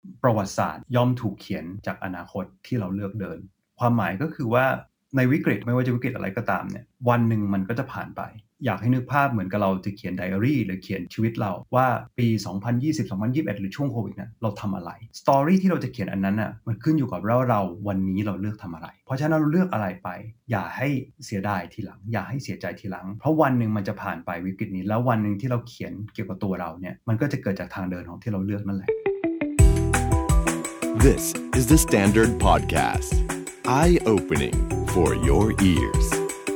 ประวัติศาสตร์ย่อมถูกเขียนจากอนาคตที่เราเลือกเดินความหมายก็คือว่าในวิกฤตไม่ว่าจะวิกฤตอะไรก็ตามเนี่ยวันหนึ่งมันก็จะผ่านไปอยากให้นึกภาพเหมือนกับเราจะเขียนไดอารี่หรือเขียนชีวิตเราว่าปี2020 2021หรือช่วงโควิดนะเราทำอะไรสตอรี่ที่เราจะเขียนอันนั้นน่ะมันขึ้นอยู่กับเราวันนี้เราเลือกทำอะไรเพราะฉะนั้นเราเลือกอะไรไปอย่าให้เสียดายทีหลังอย่าให้เสียใจทีหลังเพราะวันหนึ่งมันจะผ่านไปวิกฤตนี้แล้ววันหนึ่งที่เราเขียนเกี่ยวกับตัวเราเนี่ยมันก็จะเกิดจากทางเดินของที่เราเลือกนั่นแหละ This is the Standard Podcast. Eye-opening for your ears.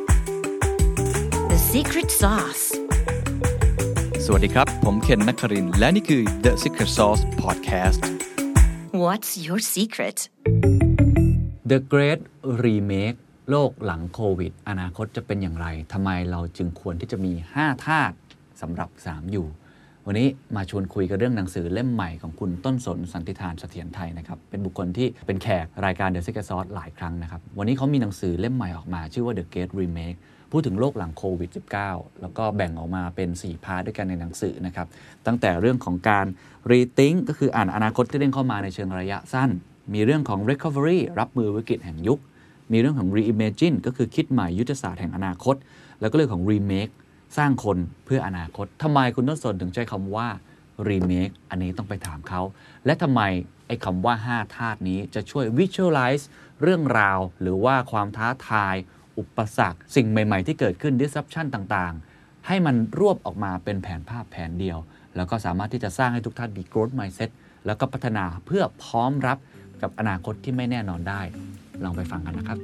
The Secret Sauce. สวัสดีครับผมเคนนักครินทร์และนี่คือ The Secret Sauce Podcast. What's your secret? The Great Remake โลกหลังโควิดอนาคตจะเป็นอย่างไรทำไมเราจึงควรที่จะมี5ธาตุสำหรับ3อยู่วันนี้มาชวนคุยกันเรื่องหนังสือเล่มใหม่ของคุณต้นสนสันติธานเสถียรไทยนะครับเป็นบุคคลที่เป็นแขกรายการ The Secret Sauce หลายครั้งนะครับวันนี้เขามีหนังสือเล่มใหม่ออกมาชื่อว่า The Great Remake พูดถึงโลกหลังโควิด -19 แล้วก็แบ่งออกมาเป็น4พาร์ทด้วยกันในหนังสือนะครับตั้งแต่เรื่องของการ Rethink ก็คืออ่านอนาคตที่เร่งเข้ามาในเชิงระยะสั้นมีเรื่องของ Recovery รับมือวิกฤตแห่งยุคมีเรื่องของ Reimagine ก็คือคิดใหม่ยุทธศาสตร์แห่งอนาคตแล้วก็เรื่องของ Remake สร้างคนเพื่ออนาคตทำไมคุณต้นสนถึงใช้คำว่า Remake อันนี้ต้องไปถามเขาและทำไมไอ้คำว่า5ธาตุนี้จะช่วย Visualize เรื่องราวหรือว่าความท้าทายอุปสรรคสิ่งใหม่ๆที่เกิดขึ้น Disruption ต่างๆให้มันรวบออกมาเป็นแผนภาพแผนเดียวแล้วก็สามารถที่จะสร้างให้ทุกท่านมี Growth Mindset แล้วก็พัฒนาเพื่อพร้อมรับกับอนาคตที่ไม่แน่นอนได้ลองไปฟังกันนะครับ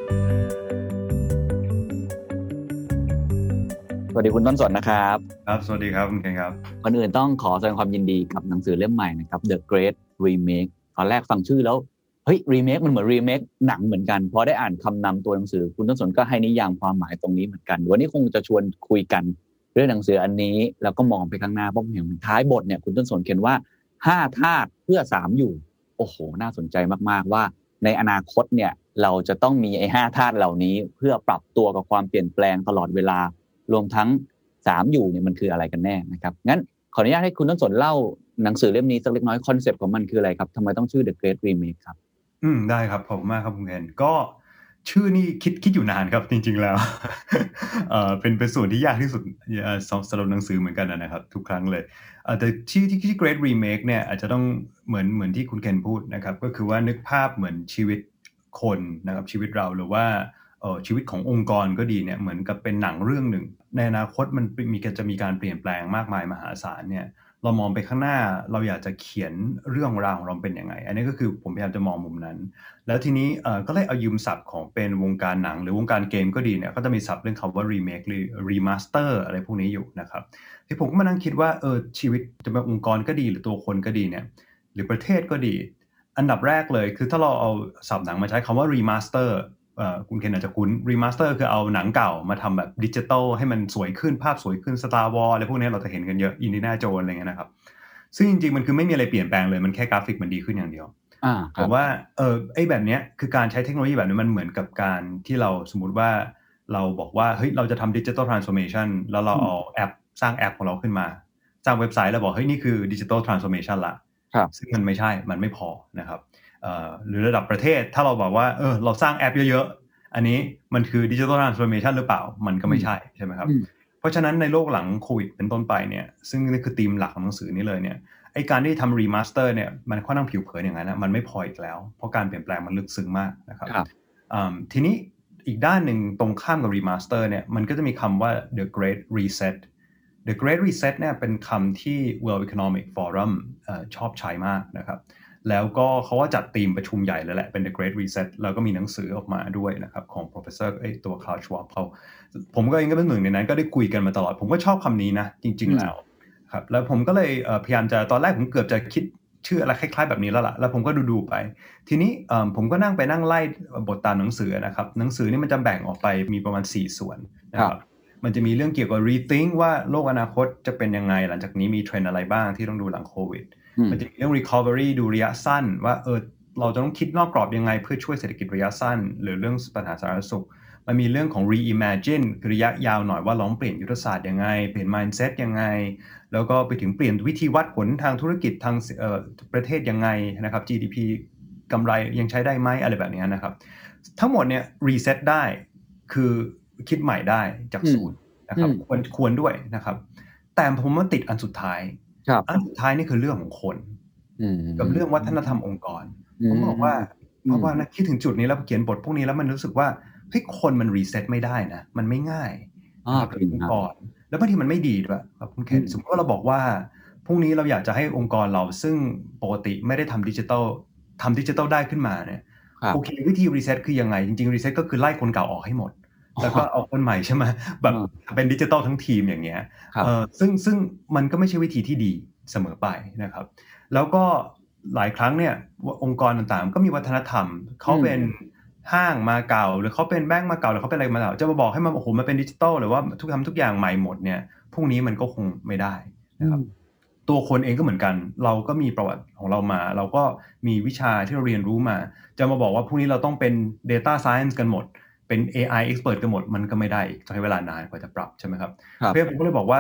สวัสดีคุณต้นสนนะครับครับสวัสดีครับคุณเคนครับก่อนอื่นต้องขอแสดงความยินดีกับหนังสือเล่มใหม่นะครับ The Great Remake ตอนแรกฟังชื่อแล้วเฮ้ย Remake มันเหมือน Remake หนังเหมือนกันพอได้อ่านคำนำตัวหนังสือคุณต้นสนก็ให้นิยามความหมายตรงนี้เหมือนกันวันนี้คงจะชวนคุยกันเรื่องหนังสืออันนี้แล้วก็มองไปข้างหน้าเพราะผมเห็นท้ายบทเนี่ยคุณต้นสนเขียนว่า5ธาตุเพื่อ3อยู่โอ้โหน่าสนใจมากๆว่าในอนาคตเนี่ยเราจะต้องมีไอ้5ธาตุเหล่านี้เพื่อปรับตัวกับความเปลี่ยนแปลงตลอดเวลารวมทั้ง3อยู่เนี่ยมันคืออะไรกันแน่นะครับงั้นขออนุญาตให้คุณต้นสนเล่าหนังสือเล่มนี้สักเล็กน้อยคอนเซปต์ของมันคืออะไรครับทำไมต้องชื่อ The Great Remake ครับได้ครับขอบคุณมากครับคุณเคนก็ชื่อนี่คิดอยู่นานครับจริงๆแล้วเป็นส่วนที่ยากที่สุดสำหรับหนังสือเหมือนกันนะครับทุกครั้งเลยแต่ที่ Great Remake เนี่ยอาจจะต้องเหมือนที่คุณเคนพูดนะครับก็คือว่านึกภาพเหมือนชีวิตคนนะครับชีวิตเราหรือว่าชีวิตขององค์กรก็ดีเนี่ยเหมือนกับเป็นหนังเรื่องหนึ่งในอนาคตมันจะมีการเปลี่ยนแปลงมากมายมหาศาลเนี่ยเรามองไปข้างหน้าเราอยากจะเขียนเรื่องราวของเราเป็นยังไงอันนี้ก็คือผมพยายามจะมองมุมนั้นแล้วทีนี้ก็เลยเอายืมศัพท์ของเป็นวงการหนังหรือวงการเกมก็ดีเนี่ยก็จะมีศัพท์เรื่องคำว่า remake หรือ remaster อะไรพวกนี้อยู่นะครับที่ผมก็มานั่งคิดว่าชีวิตจะเป็นองค์กรก็ดีหรือตัวคนก็ดีเนี่ยหรือประเทศก็ดีอันดับแรกเลยคือถ้าเราเอาศัพท์หนังมาใช้คำว่า remasterคุณเคนอาจจะคุ้น remaster คือเอาหนังเก่ามาทำแบบดิจิตอลให้มันสวยขึ้นภาพสวยขึ้น Star Wars อะไรพวกนี้เราจะเห็นกันเยอะ Indiana Jones อะไรเงี้ยนะครับซึ่งจริงๆมันคือไม่มีอะไรเปลี่ยนแปลงเลยมันแค่กราฟิกมันดีขึ้นอย่างเดียวแต่ว่าไอ้แบบเนี้ยคือการใช้เทคโนโลยีแบบนี้มันเหมือนกับการที่เราสมมุติว่าเราบอกว่าเฮ้ยเราจะทำ Digital Transformation แล้วเราเอาแอปสร้างแอปของเราขึ้นมาสร้างเว็บไซต์แล้วบอกเฮ้ยนี่คือ Digital Transformation ละซึ่งมันไม่ใช่มันไม่พอนะครับหรือระดับประเทศถ้าเราบอกว่าเราสร้างแอปเยอะๆอันนี้มันคือ Digital Transformation หรือเปล่ามันก็ไม่ใช่ไหมครับเพราะฉะนั้นในโลกหลังโควิดเป็นต้นไปเนี่ยซึ่งนี่คือธีมหลักของหนังสือนี้เลยเนี่ยไอ้การที่ทำรีมาสเตอร์เนี่ยมันค่อนข้างผิวเผินอย่างนั้นนะมันไม่พออีกแล้วเพราะการเปลี่ยนแปลงมันลึกซึ้งมากนะครับทีนี้อีกด้านหนึ่งตรงข้ามกับรีมาสเตอร์เนี่ยมันก็จะมีคำว่า The Great Reset The Great Reset เนี่ยเป็นคำที่ World Economic Forum ชอบใช้มากนะครับแล้วก็เขาก็จัดธีมประชุมใหญ่เลยแหละเป็น The Great Reset แล้วก็มีหนังสือออกมาด้วยนะครับของ Professor ตัว Klaus Schwab ผมก็เองก็เป็นหนึ่งในนั้นก็ได้คุยกันมาตลอดผมก็ชอบคำนี้นะจริงๆแล้วครับแล้วผมก็เลยพยายามจะตอนแรกผมเกือบจะคิดชื่ออะไรคล้ายๆแบบนี้แล้วล่ะแล้วผมก็ดูไปทีนี้ผมก็นั่งไล่บทตามหนังสือนะครับหนังสือนี่มันจะแบ่งออกไปมีประมาณ4ส่วนนะครับมันจะมีเรื่องเกี่ยวกับ Rethink ว่าโลกอนาคตจะเป็นยังไงหลังจากนี้มีเทรนด์อะไรบ้างที่ต้องดูหลังโควิดมันจะมีเรื่อง recovery ดูระยะสั้นว่าเราจะต้องคิดนอกกรอบยังไงเพื่อช่วยเศรษฐกิจระยะสั้นหรือเรื่องปัญหาสาธารณสุขมันมีเรื่องของ reimagine ระยะยาวหน่อยว่าเราต้องเปลี่ยนยุทธศาสตร์ยังไงเปลี่ยน mindset ยังไงแล้วก็ไปถึงเปลี่ยนวิธีวัดผลทางธุรกิจทางประเทศยังไงนะครับ GDP กำไรยังใช้ได้ไหมอะไรแบบนี้นะครับทั้งหมดเนี่ย reset ได้คือคิดใหม่ได้จากศูนย์นะครับควรด้วยนะครับแต่ผมว่าติดอันสุดท้ายอันสุดท้ายนี่คือเรื่องของคนกับเรื่องวัฒนธรรมองค์กรผมบอกว่าเพราะว่านะคิดถึงจุดนี้แล้วเขียนบทพวกนี้แล้วมันรู้สึกว่าเฮ้ยคนมันรีเซ็ตไม่ได้นะมันไม่ง่ายนะครับองค์กรแล้วบางทีมันไม่ดีด้วยครับคุณเคนสมมติว่าเราบอกว่าพรุ่งนี้เราอยากจะให้องค์กรเราซึ่งปกติไม่ได้ทำดิจิทัลได้ขึ้นมาเนี่ยโอเควิธีรีเซ็ตคือยังไงจริงๆรีเซ็ตก็คือไล่คนเก่าออกให้หมดแล้วก็เอาคนใหม่ใช่ไหมแบบเป็นดิจิทัลทั้งทีมอย่างเงี้ยซึ่งมันก็ไม่ใช่วิธีที่ดีเสมอไปนะครับแล้วก็หลายครั้งเนี่ยองค์กรต่างๆก็มีวัฒนธรรมเขาเป็นห้างมาเก่าหรือเขาเป็นแบงก์มาเก่าหรือเขาเป็นอะไรมาเก่าจะมาบอกให้มันโอ้โหมันเป็นดิจิทัลหรือว่าทุกอย่างใหม่หมดเนี่ยพรุ่งนี้มันก็คงไม่ได้นะครับตัวคนเองก็เหมือนกันเราก็มีประวัติของเรามาเราก็มีวิชาที่เราเรียนรู้มาจะมาบอกว่าพรุ่งนี้เราต้องเป็น data science กันหมดเป็น AI expert กันหมดมันก็ไม่ได้ใช้เวลานานกว่าจะปรับใช่ไหมครับเพราะผมก็เลยบอกว่า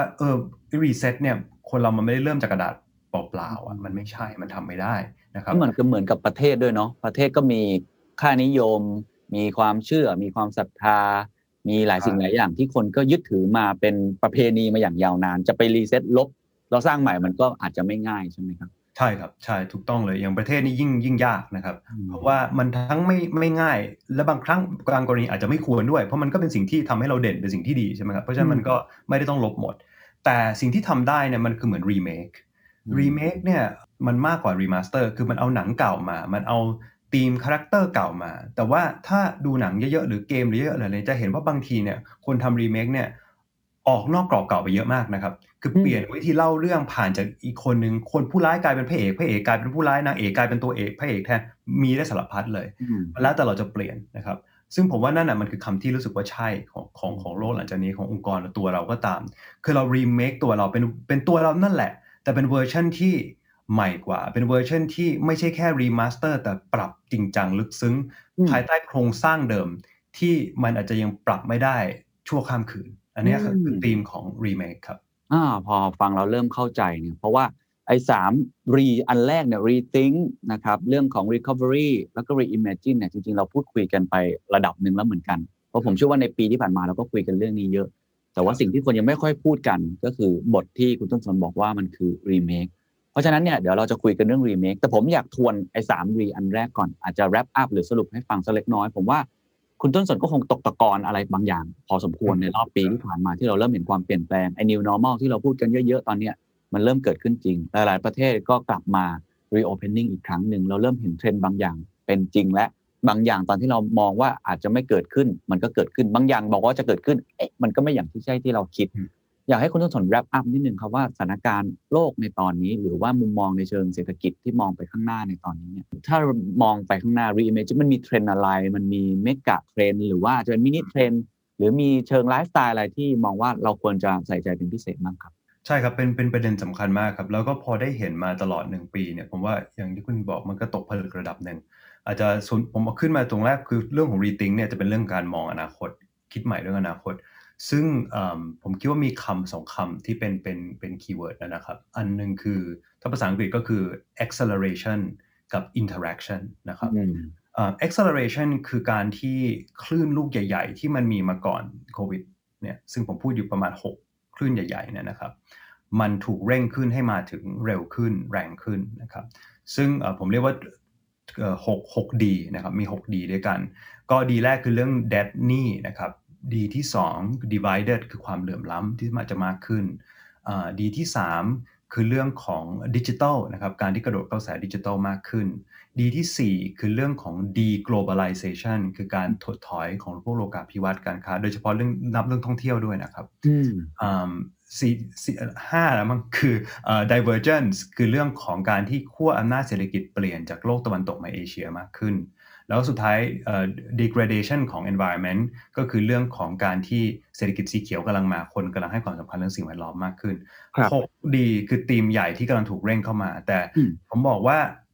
reset เนี่ยคนเรามันไม่ได้เริ่มจากกระดาษเปล่าๆมันไม่ใช่มันทำไม่ได้นะครับเหมือนกับประเทศด้วยเนาะประเทศก็มีค่านิยมมีความเชื่อมีความศรัทธามีหลายสิ่งหลายอย่างที่คนก็ยึดถือมาเป็นประเพณีมาอย่างยาวนานจะไปรีเซ็ตลบเราสร้างใหม่มันก็อาจจะไม่ง่ายใช่ไหมครับใช่ครับใช่ถูกต้องเลยอย่างประเทศนี้ยิ่งยากนะครับเพราะว่ามันทั้งไม่ง่ายและบางครั้งบางกรณีอาจจะไม่ควรด้วยเพราะมันก็เป็นสิ่งที่ทำให้เราเด่นเป็นสิ่งที่ดีใช่ไหมครับเพราะฉะนั้นมันก็ไม่ได้ต้องลบหมดแต่สิ่งที่ทำได้เนี่ยมันคือเหมือนรีเมคเนี่ยมันมากกว่ารีมาสเตอร์คือมันเอาหนังเก่ามามันเอาธีมคาแรคเตอร์เก่ามาแต่ว่าถ้าดูหนังเยอะๆหรือเกมเยอะๆอะไรจะเห็นว่าบางทีเนี่ยคนทำรีเมคเนี่ยออกนอกกรอบเก่าไปเยอะมากนะครับคือเปลี่ยนวิธีเล่าเรื่องผ่านจากอีกคนนึงคนผู้ร้ายกลายเป็นพระเอกกลายเป็นผู้ร้ายนางเอกกลายเป็นตัวเอกพระเอกแทนมีได้สารพัดเลยแล้วแต่เราจะเปลี่ยนนะครับซึ่งผมว่านั่นน่ะมันคือคำที่รู้สึกว่าใช่ของโลกหลังจากนี้ขององค์กรหรือตัวเราก็ตามคือเรารีเมคตัวเราเป็นตัวเรานั่นแหละแต่เป็นเวอร์ชันที่ใหม่กว่าเป็นเวอร์ชันที่ไม่ใช่แค่รีมาสเตอร์แต่ปรับจริงจังลึกซึ้งภายใต้โครงสร้างเดิมที่มันอาจจะยังปรับไม่ได้ชั่วข้ามคืนอันนี้คือธีมของรีเมคครับพอฟังเราเริ่มเข้าใจเนี่ยเพราะว่าไอ้3 re อันแรกเนี่ย rethink นะครับเรื่องของ recovery แล้วก็ reimagine เนี่ยจริงๆเราพูดคุยกันไประดับนึงแล้วเหมือนกันเพราะผมเชื่อว่าในปีที่ผ่านมาเราก็คุยกันเรื่องนี้เยอะแต่ว่าสิ่งที่คนยังไม่ค่อยพูดกันก็คือบทที่คุณต้นสนบอกว่ามันคือ remake เพราะฉะนั้นเนี่ยเดี๋ยวเราจะคุยกันเรื่อง remake แต่ผมอยากทวนไอ้3 re อันแรกก่อนอาจจะ wrap up หรือสรุปให้ฟังสักเล็กน้อยผมว่าคุณต้นสนก็คงตกตะกอนอะไรบางอย่างพอสมควรในรอบปีที่ผ่านมาที่เราเริ่มเห็นความเปลี่ยนแปลงไอ้ new normal ที่เราพูดกันเยอะๆตอนเนี้ยมันเริ่มเกิดขึ้นจริงหลายๆประเทศก็กลับมา reopening อีกครั้งนึงเราเริ่มเห็นเทรนด์บางอย่างเป็นจริงและบางอย่างตอนที่เรามองว่าอาจจะไม่เกิดขึ้นมันก็เกิดขึ้นบางอย่างบอกว่าจะเกิดขึ้นมันก็ไม่อย่างที่ใช่ที่เราคิดอยากให้คุณต้นสน wrap up นิดนึงครับว่าสถานการณ์โลกในตอนนี้หรือว่ามุมมองในเชิงเศรษฐกิจที่มองไปข้างหน้าในตอนนี้เนี่ยถ้ามองไปข้างหน้า reimagine มันมีเทรนด์อะไรมันมีเมกะเทรนด์หรือว่าจะเป็นมินิเทรนด์หรือมีเชิงไลฟ์สไตล์อะไรที่มองว่าเราควรจะใส่ใจเป็นพิเศษบ้างครับใช่ครับเป็นประเด็นสำคัญมากครับแล้วก็พอได้เห็นมาตลอด1ปีเนี่ยผมว่าอย่างที่คุณบอกมันก็ตกผลึกระดับหนึ่งอาจจะผมเอาขึ้นมาตรงแรกคือเรื่องของ rethink เนี่ยจะเป็นเรื่องการมองอนาคตคิดใหม่เรื่องอนาคตซึ่งผมคิดว่ามีคำ2คำที่เป็นคีย์เวิร์ดนะครับอันนึงคือถ้าภาษาอังกฤษก็คือ acceleration กับ interaction นะครับacceleration คือการที่คลื่นลูกใหญ่ๆที่มันมีมาก่อนโควิดเนี่ยซึ่งผมพูดอยู่ประมาณ6คลื่นใหญ่ๆเนี่ยนะครับมันถูกเร่งขึ้นให้มาถึงเร็วขึ้นแรงขึ้นนะครับซึ่งผมเรียกว่า6D นะครับมี 6D ด้วยกันก็ดีแรกคือเรื่อง debt หนี้นะครับดีที่2 divided คือความเหลื่อมล้ำที่มันจะมากขึ้นดีที่3คือเรื่องของดิจิทัลนะครับการที่กระโดดเข้าแสดิจิทัลมากขึ้นดีที่4คือเรื่องของ deglobalization คือการถดถอยของพวกโลกาภิวัตน์การค้าโดยเฉพาะเรื่องท่องเที่ยวด้วยนะครับ5แล้วมันคือ divergence คือเรื่องของการที่ขั้วอำนาจเศรษฐกิจเปลี่ยนจากโลกตะวันตกมาเอเชียมากขึ้นแล้วสุดท้ายdegradation ของ environment ก็คือเรื่องของการที่เศรษฐกิจสีเขียวกำลังมาคนกำลังให้ความสำคัญเรื่องสิ่งแวดล้อมมากขึ้น 6D คือธีมใหญ่ที่กำลังถูกเร่งเข้ามาแต่ผมบอกว่า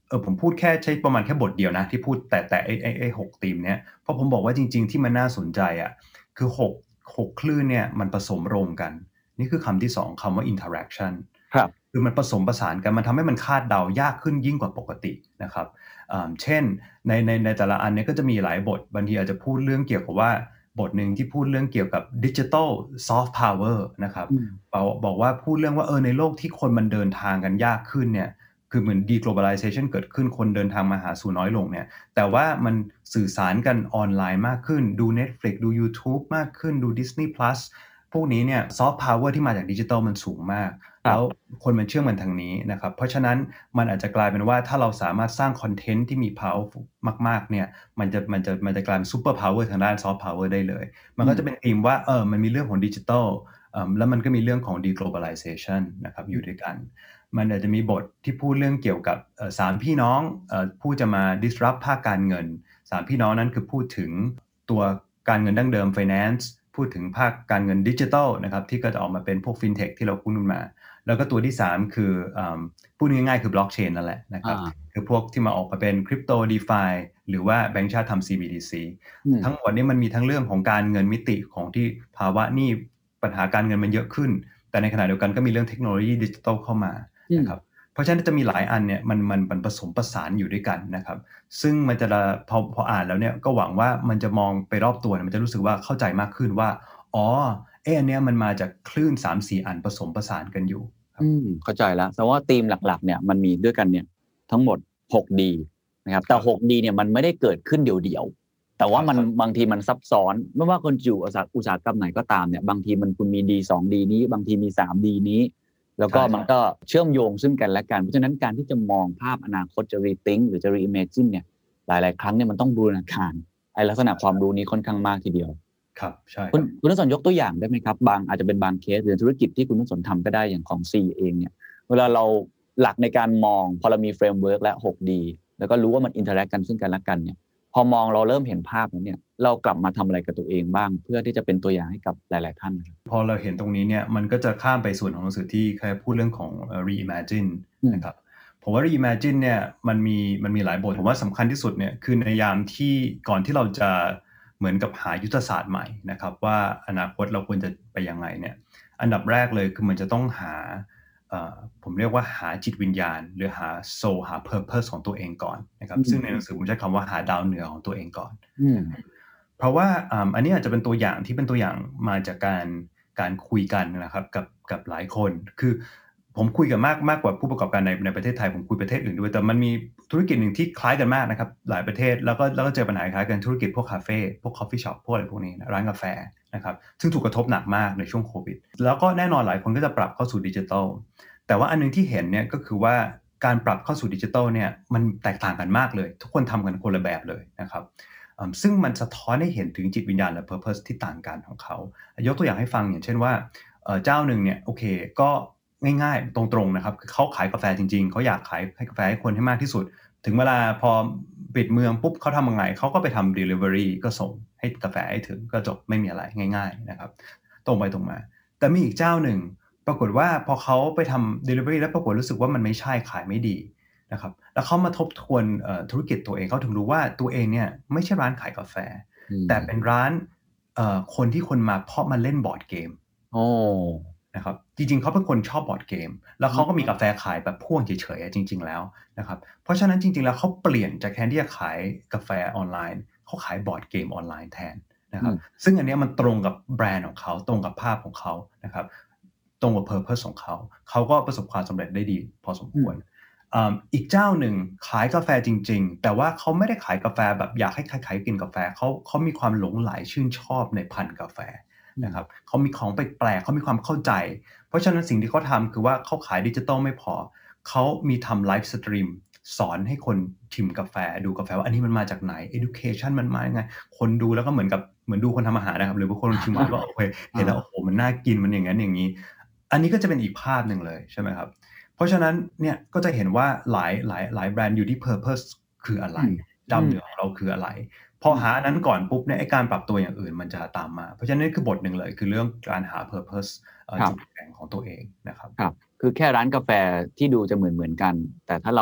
ผมพูดแค่ใช้ประมาณแค่บทเดียวนะที่พูดแต่ไอ้6ธีมเนี้ยเพราะผมบอกว่าจริงๆที่มันน่าสนใจอ่ะคือ6คลื่นเนี่ยมันผสมโรงกันนี่คือคำที่2คำว่า interaction ครับคือมันผสมผสานกันมันทำให้มันคาดเดายากขึ้นยิ่งกว่าปกตินะครับเช่นในแต่ละอันเนี่ยก็จะมีหลายบทบางทีอาจจะพูดเรื่องเกี่ยวกับว่าบทหนึ่งที่พูดเรื่องเกี่ยวกับ digital soft power นะครับบอกว่าพูดเรื่องว่าในโลกที่คนมันเดินทางกันยากขึ้นเนี่ยคือเหมือน deglobalization เกิดขึ้นคนเดินทางมาหาสู่น้อยลงเนี่ยแต่ว่ามันสื่อสารกันออนไลน์มากขึ้นดู Netflix ดู YouTube มากขึ้นดู Disney Plus พวกนี้เนี่ย soft power ที่มาจากดิจิทัลมันสูงมากแล้วคนมันเชื่อมันทางนี้นะครับเพราะฉะนั้นมันอาจจะกลายเป็นว่าถ้าเราสามารถสร้างคอนเทนต์ที่มี powerful มากๆเนี่ยมันจะกลายเป็น super power ทางด้าน soft power ได้เลยมันก็จะเป็นธีมว่ามันมีเรื่องของดิจิทัลแล้วมันก็มีเรื่องของ deglobalization นะครับอยู่ด้วยกันมันอาจจะมีบทที่พูดเรื่องเกี่ยวกับ3พี่น้องผู้จะมา disrupt ภาคการเงิน3พี่น้องนั้นคือพูดถึงตัวการเงินดั้งเดิม finance พูดถึงภาคการเงินดิจิทัลนะครับที่ก็จะออกมาเป็นพวก fintech ที่เราพูดขึ้นมาแล้วก็ตัวที่3คือพูดง่ายๆคือบล็อกเชนนั่นแหละนะครับคือพวกที่มาออกมาเป็นคริปโต DeFi หรือว่าแบงก์ชาติทำ CBDC ทั้งหมดนี้มันมีทั้งเรื่องของการเงินมิติของที่ภาวะหนี้ปัญหาการเงินมันเยอะขึ้นแต่ในขณะเดียวกันก็มีเรื่องเทคโนโลยีดิจิทัลเข้ามานะครับเพราะฉะนั้นจะมีหลายอันเนี่ยมันผสมผสานอยู่ด้วยกันนะครับซึ่งมันจะพออ่านแล้วเนี่ยก็หวังว่ามันจะมองไปรอบตัวมันจะรู้สึกว่าเข้าใจมากขึ้นว่าอันเนี้ยมันมาจากคลื่น 3-4 อันผสมผสานกันอยู่เข้าใจแล้วแต่ว่าธีมหลักๆเนี่ยมันมีด้วยกันเนี่ยทั้งหมด 6D นะครับแต่ 6D เนี่ยมันไม่ได้เกิดขึ้นเดี่ยวๆแต่ว่ามันบางทีมันซับซ้อนไม่ว่าคนอยู่อุตสาหกรรมไหนก็ตามเนี่ยบางทีคุณมี D 2D นี้บางทีมี 3D นี้แล้วก็มันก็เชื่อมโยงซึ่งกันและกันเพราะฉะนั้นการที่จะมองภาพอนาคตจะ rethink หรือจะ reimagine เนี่ยหลายๆครั้งเนี่ยมันต้องบูรณาการลักษณะความรู้นี้ค่อนข้างมากทีเดียวครับใช่คุณนสนยกตัวอย่างได้ไหมครับอาจจะเป็นบางเคสหรือธุรกิจที่คุณนสนทำก็ได้อย่างของ C เองเนี่ยเวลาเราหลักในการมองพอเรามีเฟรมเวิร์กและ 6D แล้วก็รู้ว่ามันอินเทอร์แอคกันซึ่งกันและกันเนี่ยพอมองเราเริ่มเห็นภาพแล้วเนี่ยเรากลับมาทำอะไรกับตัวเองบ้างเพื่อที่จะเป็นตัวอย่างให้กับหลายๆท่านพอเราเห็นตรงนี้เนี่ยมันก็จะข้ามไปส่วนของหนังสือที่เคยพูดเรื่องของ reimagine นะครับผมว่า reimagine เนี่ยมันมีหลายบทผมว่าสำคัญที่สุดเนี่ยคือในยามที่ก่อนที่เราจะเหมือนกับหายุทธศาสตร์ใหม่นะครับว่าอนาคตเราควรจะไปยังไงเนี่ยอันดับแรกเลยคือมันจะต้องหาผมเรียกว่าหาจิตวิญญาณหรือหา soul หา purpose ของตัวเองก่อนนะครับซึ่งในหนังสือผมใช้คำว่าหาดาวเหนือของตัวเองก่อนเพราะว่าอันนี้อาจจะเป็นตัวอย่างที่เป็นตัวอย่างมาจากการคุยกันนะครับกับหลายคนคือผมคุยกับมากกว่าผู้ประกอบการในประเทศไทยผมคุยประเทศอื่นด้วยแต่มันมีธุรกิจหนึ่งที่คล้ายกันมากนะครับหลายประเทศแล้วก็เจอปัญหาคล้ายกันธุรกิจพวกคาเฟ่พวก coffee shop พวกอะไรพวกนี้ร้านกาแฟนะครับซึ่งถูกกระทบหนักมากในช่วงโควิดแล้วก็แน่นอนหลายคนก็จะปรับเข้าสู่ดิจิทัลแต่ว่าอันนึงที่เห็นเนี่ยก็คือว่าการปรับเข้าสู่ดิจิทัลเนี่ยมันแตกต่างกันมากเลยทุกคนทำกันคนละแบบเลยนะครับซึ่งมันสะท้อนให้เห็นถึงจิตวิญญาณและ purpose ที่ต่างกันของเขายกตัวอย่างให้ฟังอย่างเช่นว่าเจ้าหนึ่งเนี่ยโอเคก็ง่ายๆตรงๆนะครับคือเขาขายกาแฟจริงๆเขาอยากขายให้กาแฟให้คนให้มากที่สุดถึงเวลาพอปิดเมืองปุ๊บเขาทำยังไงเขาก็ไปทำ delivery ก็ส่งให้กาแฟให้ถึงก็จบไม่มีอะไรง่ายๆนะครับตรงไปตรงมาแต่มีอีกเจ้าหนึ่งปรากฏว่าพอเขาไปทำ delivery แล้วปรากฏรู้สึกว่ามันไม่ใช่ขายไม่ดีนะครับแล้วเขามาทบทวนธุรกิจตัวเองเขาถึงรู้ว่าตัวเองเนี่ยไม่ใช่ร้านขายกาแฟแต่เป็นร้านคนที่คนมาเพราะมาเล่นบอร์ดเกมนะครับจริงๆเขาเป็นคนชอบบอร์ดเกมแล้วเขาก็มีกาแฟขายแบบพ่วงเฉยๆจริงๆแล้วนะครับเพราะฉะนั้นจริงๆแล้วเขาเปลี่ยนจากแทนที่จะขายกาแฟออนไลน์เขาขายบอร์ดเกมออนไลน์แทนนะครับซึ่งอันนี้มันตรงกับแบรนด์ของเขาตรงกับภาพของเขานะครับตรงกับ purpose ของเขาเขาก็ประสบความสำเร็จได้ดีพอสมควรอีกเจ้าหนึ่งขายกาแฟจริงๆแต่ว่าเขาไม่ได้ขายกาแฟแบบอยากให้ใครๆกินกาแฟเขามีความหลงใหลชื่นชอบในพันธุ์กาแฟนะครับเขามีของแปลกๆเขามีความเข้าใจเพราะฉะนั้นสิ่งที่เขาทำคือว่าเขาขายดิจิตอลไม่พอเขามีทำไลฟ์สตรีมสอนให้คนชิมกาแฟดูกาแฟว่าอันนี้มันมาจากไหน education มันมายังไงคนดูแล้วก็เหมือนดูคนทำอาหารนะครับหรือว่าคนชิมก็โอเคเห็นแล้วโอ้โหมันน่ากินมันอย่างนั้นอย่างนี้อันนี้ก็จะเป็นอีกภาพหนึ่งเลยใช่ไหมครับเพราะฉะนั้นเนี่ยก็จะเห็นว่าหลายแบรนด์อยู่ที่ purpose คืออะไรดาวเหนือของเราคืออะไรพอหาอันนั้นก่อนปุ๊บเนี่ยไอ้การปรับตัวอย่างอื่นมันจะตามมาเพราะฉะนั้นนี่คือบทหนึ่งเลยคือเรื่องการหา purpose จุดแข็งของตัวเองนะครับครับคือแค่ร้านกาแฟที่ดูจะเหมือนกันแต่ถ้าเรา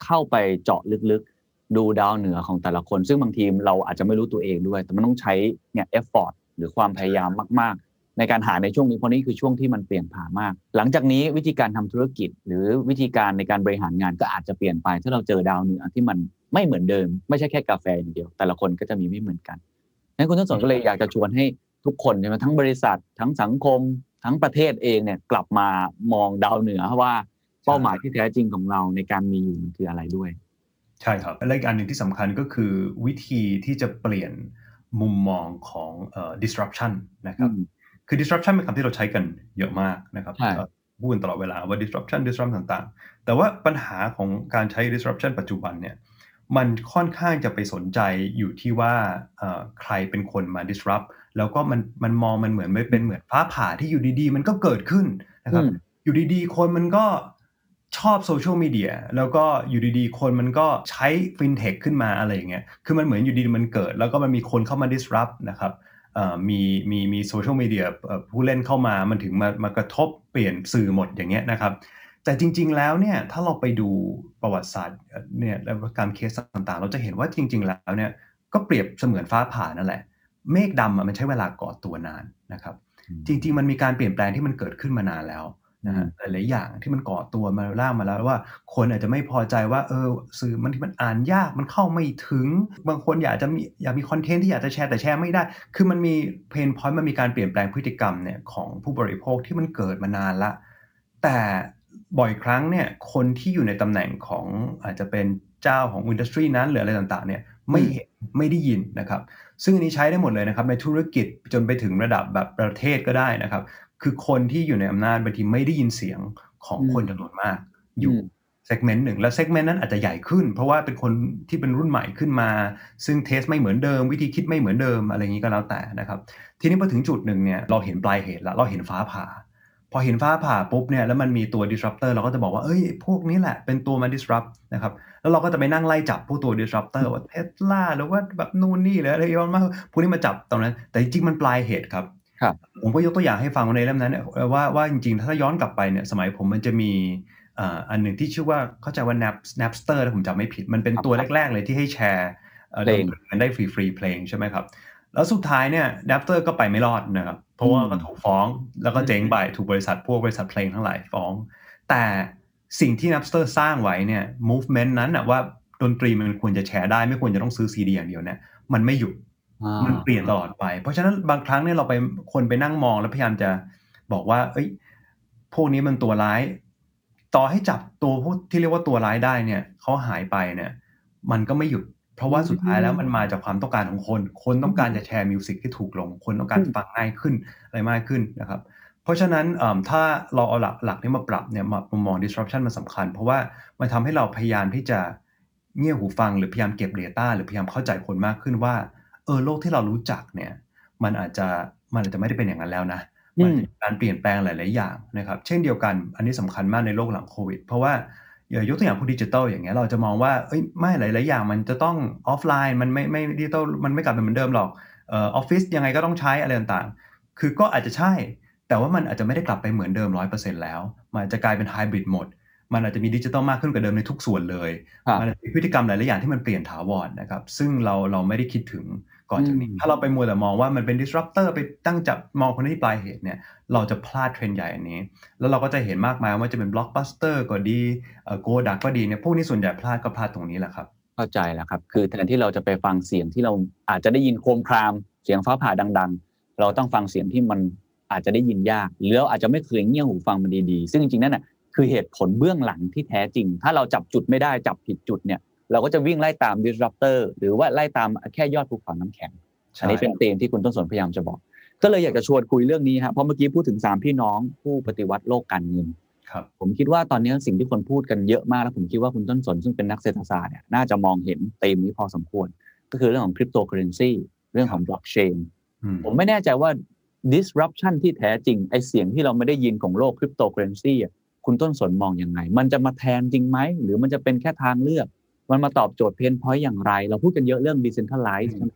เข้าไปเจาะลึกๆดูดาวเหนือของแต่ละคนซึ่งบางทีเราอาจจะไม่รู้ตัวเองด้วยแต่มันต้องใช้เนี่ย effort หรือความพยายามมากๆในการหาในช่วงนี้เพราะนี่คือช่วงที่มันเปลี่ยนผ่ามากหลังจากนี้วิธีการทำธุรกิจหรือวิธีการในการบริหารงานก็อาจจะเปลี่ยนไปถ้าเราเจอดาวเหนือที่มันไม่เหมือนเดิมไม่ใช่แค่กาแฟอย่างเดียวแต่ละคนก็จะมีไม่เหมือนกันงั้นคุณต้นสนก็เลยอยากจะชวนให้ทุกคนใช่ไหมทั้งบริษัททั้งสังคมทั้งประเทศเองเนี่ยกลับมามองดาวเหนือว่าเป้าหมายที่แท้จริงของเราในการมีอยู่คืออะไรด้วยใช่ครับและอีกอันหนึ่งที่สำคัญก็คือวิธีที่จะเปลี่ยนมุมมองของdisruption นะครับคือ disruption เป็นคำที่เราใช้กันเยอะมากนะครับพูดตลอดเวลาว่า disruption ต่างๆแต่ว่าปัญหาของการใช้ disruption ปัจจุบันเนี่ยมันค่อนข้างจะไปสนใจอยู่ที่ว่าใครเป็นคนมา disrupt แล้วก็มันมองมันเหมือนไม่เป็นเหมือนฟ้าผ่าที่อยู่ดีๆมันก็เกิดขึ้นนะครับอยู่ดีๆคนมันก็ชอบโซเชียลมีเดียแล้วก็อยู่ดีๆคนมันก็ใช้ฟินเทคขึ้นมาอะไรอย่างเงี้ยคือมันเหมือนอยู่ดีๆมันเกิดแล้วก็มันมีคนเข้ามา disrupt นะครับมีโซเชียลมีเดียผู้เล่นเข้ามามันถึงมากระทบเปลี่ยนสื่อหมดอย่างเงี้ยนะครับแต่จริงๆแล้วเนี่ยถ้าเราไปดูประวัติศาสตร์เนี่ยและการเคสต่างๆเราจะเห็นว่าจริงๆแล้วเนี่ยก็เปรียบเสมือนฟ้าผ่านั่นแหละเมฆดำมันใช้เวลาก่อตัวนานนะครับจริงๆมันมีการเปลี่ยนแปลงที่มันเกิดขึ้นมานานแล้วนะฮะหลายๆอย่างที่มันก่อตัวมาล่างมาแล้วว่าคนอาจจะไม่พอใจว่าสื่อมันอ่านยากมันเข้าไม่ถึงบางคนอยากมีคอนเทนต์ที่อยากจะแชร์แต่แชร์ไม่ได้คือมันมีเพนพอยต์มันมีการเปลี่ยนแปลงพฤติกรรมเนี่ยของผู้บริโภคที่มันเกิดมานานละแต่บ่อยครั้งเนี่ยคนที่อยู่ในตำแหน่งของอาจจะเป็นเจ้าของอินดัสทรีนั้นหรืออะไรต่างๆเนี่ยไม่เห็นไม่ได้ยินนะครับซึ่งอันนี้ใช้ได้หมดเลยนะครับในธุรกิจจนไปถึงระดับแบบประเทศก็ได้นะครับคือคนที่อยู่ในอำนาจบางทีไม่ได้ยินเสียงของคนจำนวนมากอยู่เซกเมนต์หนึ่งแล้วเซกเมนต์นั้นอาจจะใหญ่ขึ้นเพราะว่าเป็นคนที่เป็นรุ่นใหม่ขึ้นมาซึ่งเทสไม่เหมือนเดิมวิธีคิดไม่เหมือนเดิมอะไรอย่างนี้ก็แล้วแต่นะครับทีนี้พอถึงจุดหนึ่งเนี่ยเราเห็นปลายเหตุแล้วเราเห็นฟ้าผ่าพอเห็นฟ้าผ่าปุ๊บเนี่ยแล้วมันมีตัว disruptor เราก็จะบอกว่าพวกนี้แหละเป็นตัวมา disrupt นะครับแล้วเราก็จะไปนั่งไล่จับพวกตัว disruptor ว่า Tesla หรือว่าแบบนู่นนี่หรืออะไรย้อนมาพวกนี้มาจับตรงนั้นแต่จริงๆมันปลายเหตุครับผมก็ยกตัวอย่างให้ฟังในเล่มนั้นว่าจริงๆถ้าย้อนกลับไปเนี่ยสมัยผมมันจะมีอันหนึ่งที่ชื่อว่าเข้าใจว่า Napster ถ้าผมจำไม่ผิดมันเป็นตัวแรกๆเลยที่ให้แชร์เพลงกันได้ฟรีๆเพลงใช่ไหมครับแล้วสุดท้ายเนี่ย Napster ก็ไปไม่รอดนะครับเพราะว่าก็ถูกฟ้องแล้วก็เจ๊งไปถูกบริษัทเพลงทั้งหลายฟ้องแต่สิ่งที่ Napster สร้างไว้เนี่ย movement นั้นว่าดนตรีมันควรจะแชร์ได้ไม่ควรจะต้องซื้อซีดีอย่างเดียวเนี่ยมันไม่หยุดมันเปลี่ยนตลอดไปเพราะฉะนั้นบางครั้งเนี่ยเราไปคนไปนั่งมองแล้วพยายามจะบอกว่าพวกนี้มันตัวร้ายต่อให้จับตัวพวกที่เรียกว่าตัวร้ายได้เนี่ยเขาหายไปเนี่ยมันก็ไม่หยุดเพราะว่าสุดท้ายแล้วมันมาจากความต้องการของคนต้องการจะแชร์มิวสิกที่ถูกลงคนต้องการฟังง่ายขึ้นอะไรมากขึ้นนะครับเพราะฉะนั้นถ้าเราเอาหลักนี้มาปรับเนี่ยมุมมอง disruption มันสำคัญเพราะว่ามันทำให้เราพยายามที่จะเงี่ยหูฟังหรือพยายามเก็บ data หรือพยายามเข้าใจคนมากขึ้นว่าโลกที่เรารู้จักเนี่ยมันอาจจะไม่ได้เป็นอย่างนั้นแล้วนะมันมีการเปลี่ยนแปลงหลายๆอย่างนะครับเช่นเดียวกันอันนี้สำคัญมากในโลกหลังโควิดเพราะว่ายกตัวอย่างพวกดิจิทัลอย่างเงี้ยเราจะมองว่าไม่หลายๆอย่างมันจะต้องออฟไลน์มันไม่ดิจิทัลมันไม่กลับไปเหมือนเดิมหรอกออฟฟิศยังไงก็ต้องใช้อะไรต่างๆคือก็อาจจะใช่แต่ว่ามันอาจจะไม่ได้กลับไปเหมือนเดิม 100% แล้วมันจะกลายเป็นไฮบริดหมดมันอาจจะมีดิจิทัลมากขึ้นกว่าเดิมในทุกส่วนเลยมันมีพฤติกรรมหลายๆอย่างที่มันเปลี่ยนถาวรนะครับซึ่งเราไม่ได้คิดถึงก่อนจากนี้ถ้าเราไปมัวแต่มองว่ามันเป็น disruptor ไปตั้งจับมองคนที่ปลายเหตุเนี่ยเราจะพลาดเทรนด์ใหญ่อันนี้แล้วเราก็จะเห็นมากมายว่าจะเป็น blockbuster ก็ดีKodak ก็ดีเนี่ยพวกนี้ส่วนใหญ่พลาดตรงนี้แหละครับเข้าใจแล้วครับคือแทนที่เราจะไปฟังเสียงที่เราอาจจะได้ยินโครมครามเสียงฟ้าผ่าดังๆเราต้องฟังเสียงที่มันอาจจะได้ยินยากหรือเราอาจจะไม่เคยเงี่ยหูฟังมันดีๆซึ่งจริงๆนั่นน่ะคือเหตุผลเบื้องหลังที่แท้จริงถ้าเราจับจุดไม่ได้จับผิดจุดเนี่ยเราก็จะวิ่งไล่ตาม disruptor หรือว่าไล่ตามแค่ยอดภูเขาน้ำแข็งอันนี้เป็นธีมที่คุณต้นสนพยายามจะบอกก็เลยอยากจะชวนคุยเรื่องนี้ครับเพราะเมื่อกี้พูดถึง3พี่น้องผู้ปฏิวัติโลกการเงินครับผมคิดว่าตอนนี้สิ่งที่คนพูดกันเยอะมากแล้วผมคิดว่าคุณต้นสนซึ่งเป็นนักเศรษฐศาสตร์เนี่ยน่าจะมองเห็นธีมนี้พอสมควรก็คือเรื่องของคริปโตเคอเรนซีเรื่องของบล็อกเชนผมไม่แน่ใจว่า disruption ที่แท้จริงไอเสียงที่เราไม่ได้ยินของโลกคริปโตเคอเรนซีคุณต้นสนมองยังไงมันจะมาแทนจริงไหมหรือมันจะเป็นแค่ทางเลือกมันมาตอบโจทย์เพนพอยต์อย่างไรเราพูดกันเยอะเรื่อง decentralize ใช่ไหมครับ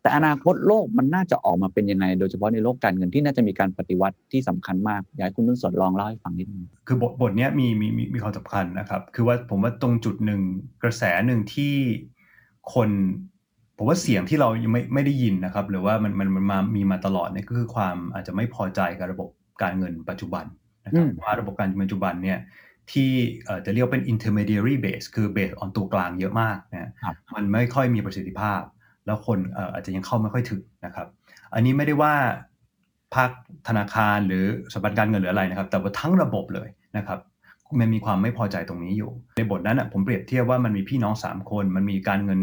แต่อนาคตโลกมันน่าจะออกมาเป็นยังไงโดยเฉพาะในโลกการเงินที่น่าจะมีการปฏิวัติที่สำคัญมากอยากให้คุณนุ่นสนลองเล่าให้ฟังนิดนึงคือบทนี้มีความสำคัญนะครับคือว่าผมว่าตรงจุดหนึ่งกระแสหนึ่งที่คนผมว่าเสียงที่เรายังไม่ได้ยินนะครับหรือว่ามันมีมาตลอดเนี่ยก็คือความอาจจะไม่พอใจกับระบบการเงินปัจจุบันนะครับว่าระบบการเงินปัจจุบันเนี่ยที่จะเรียกเป็น intermediary base คือ base on ตัวกลางเยอะมากนะมันไม่ค่อยมีประสิทธิภาพแล้วคนอาจจะยังเข้าไม่ค่อยถึงนะครับอันนี้ไม่ได้ว่าภาคธนาคารหรือสถาบันการเงินหรืออะไรนะครับแต่ว่าทั้งระบบเลยนะครับมันมีความไม่พอใจตรงนี้อยู่ในบทนั้นผมเปรียบเทียบว่ามันมีพี่น้อง3คนมันมีการเงิน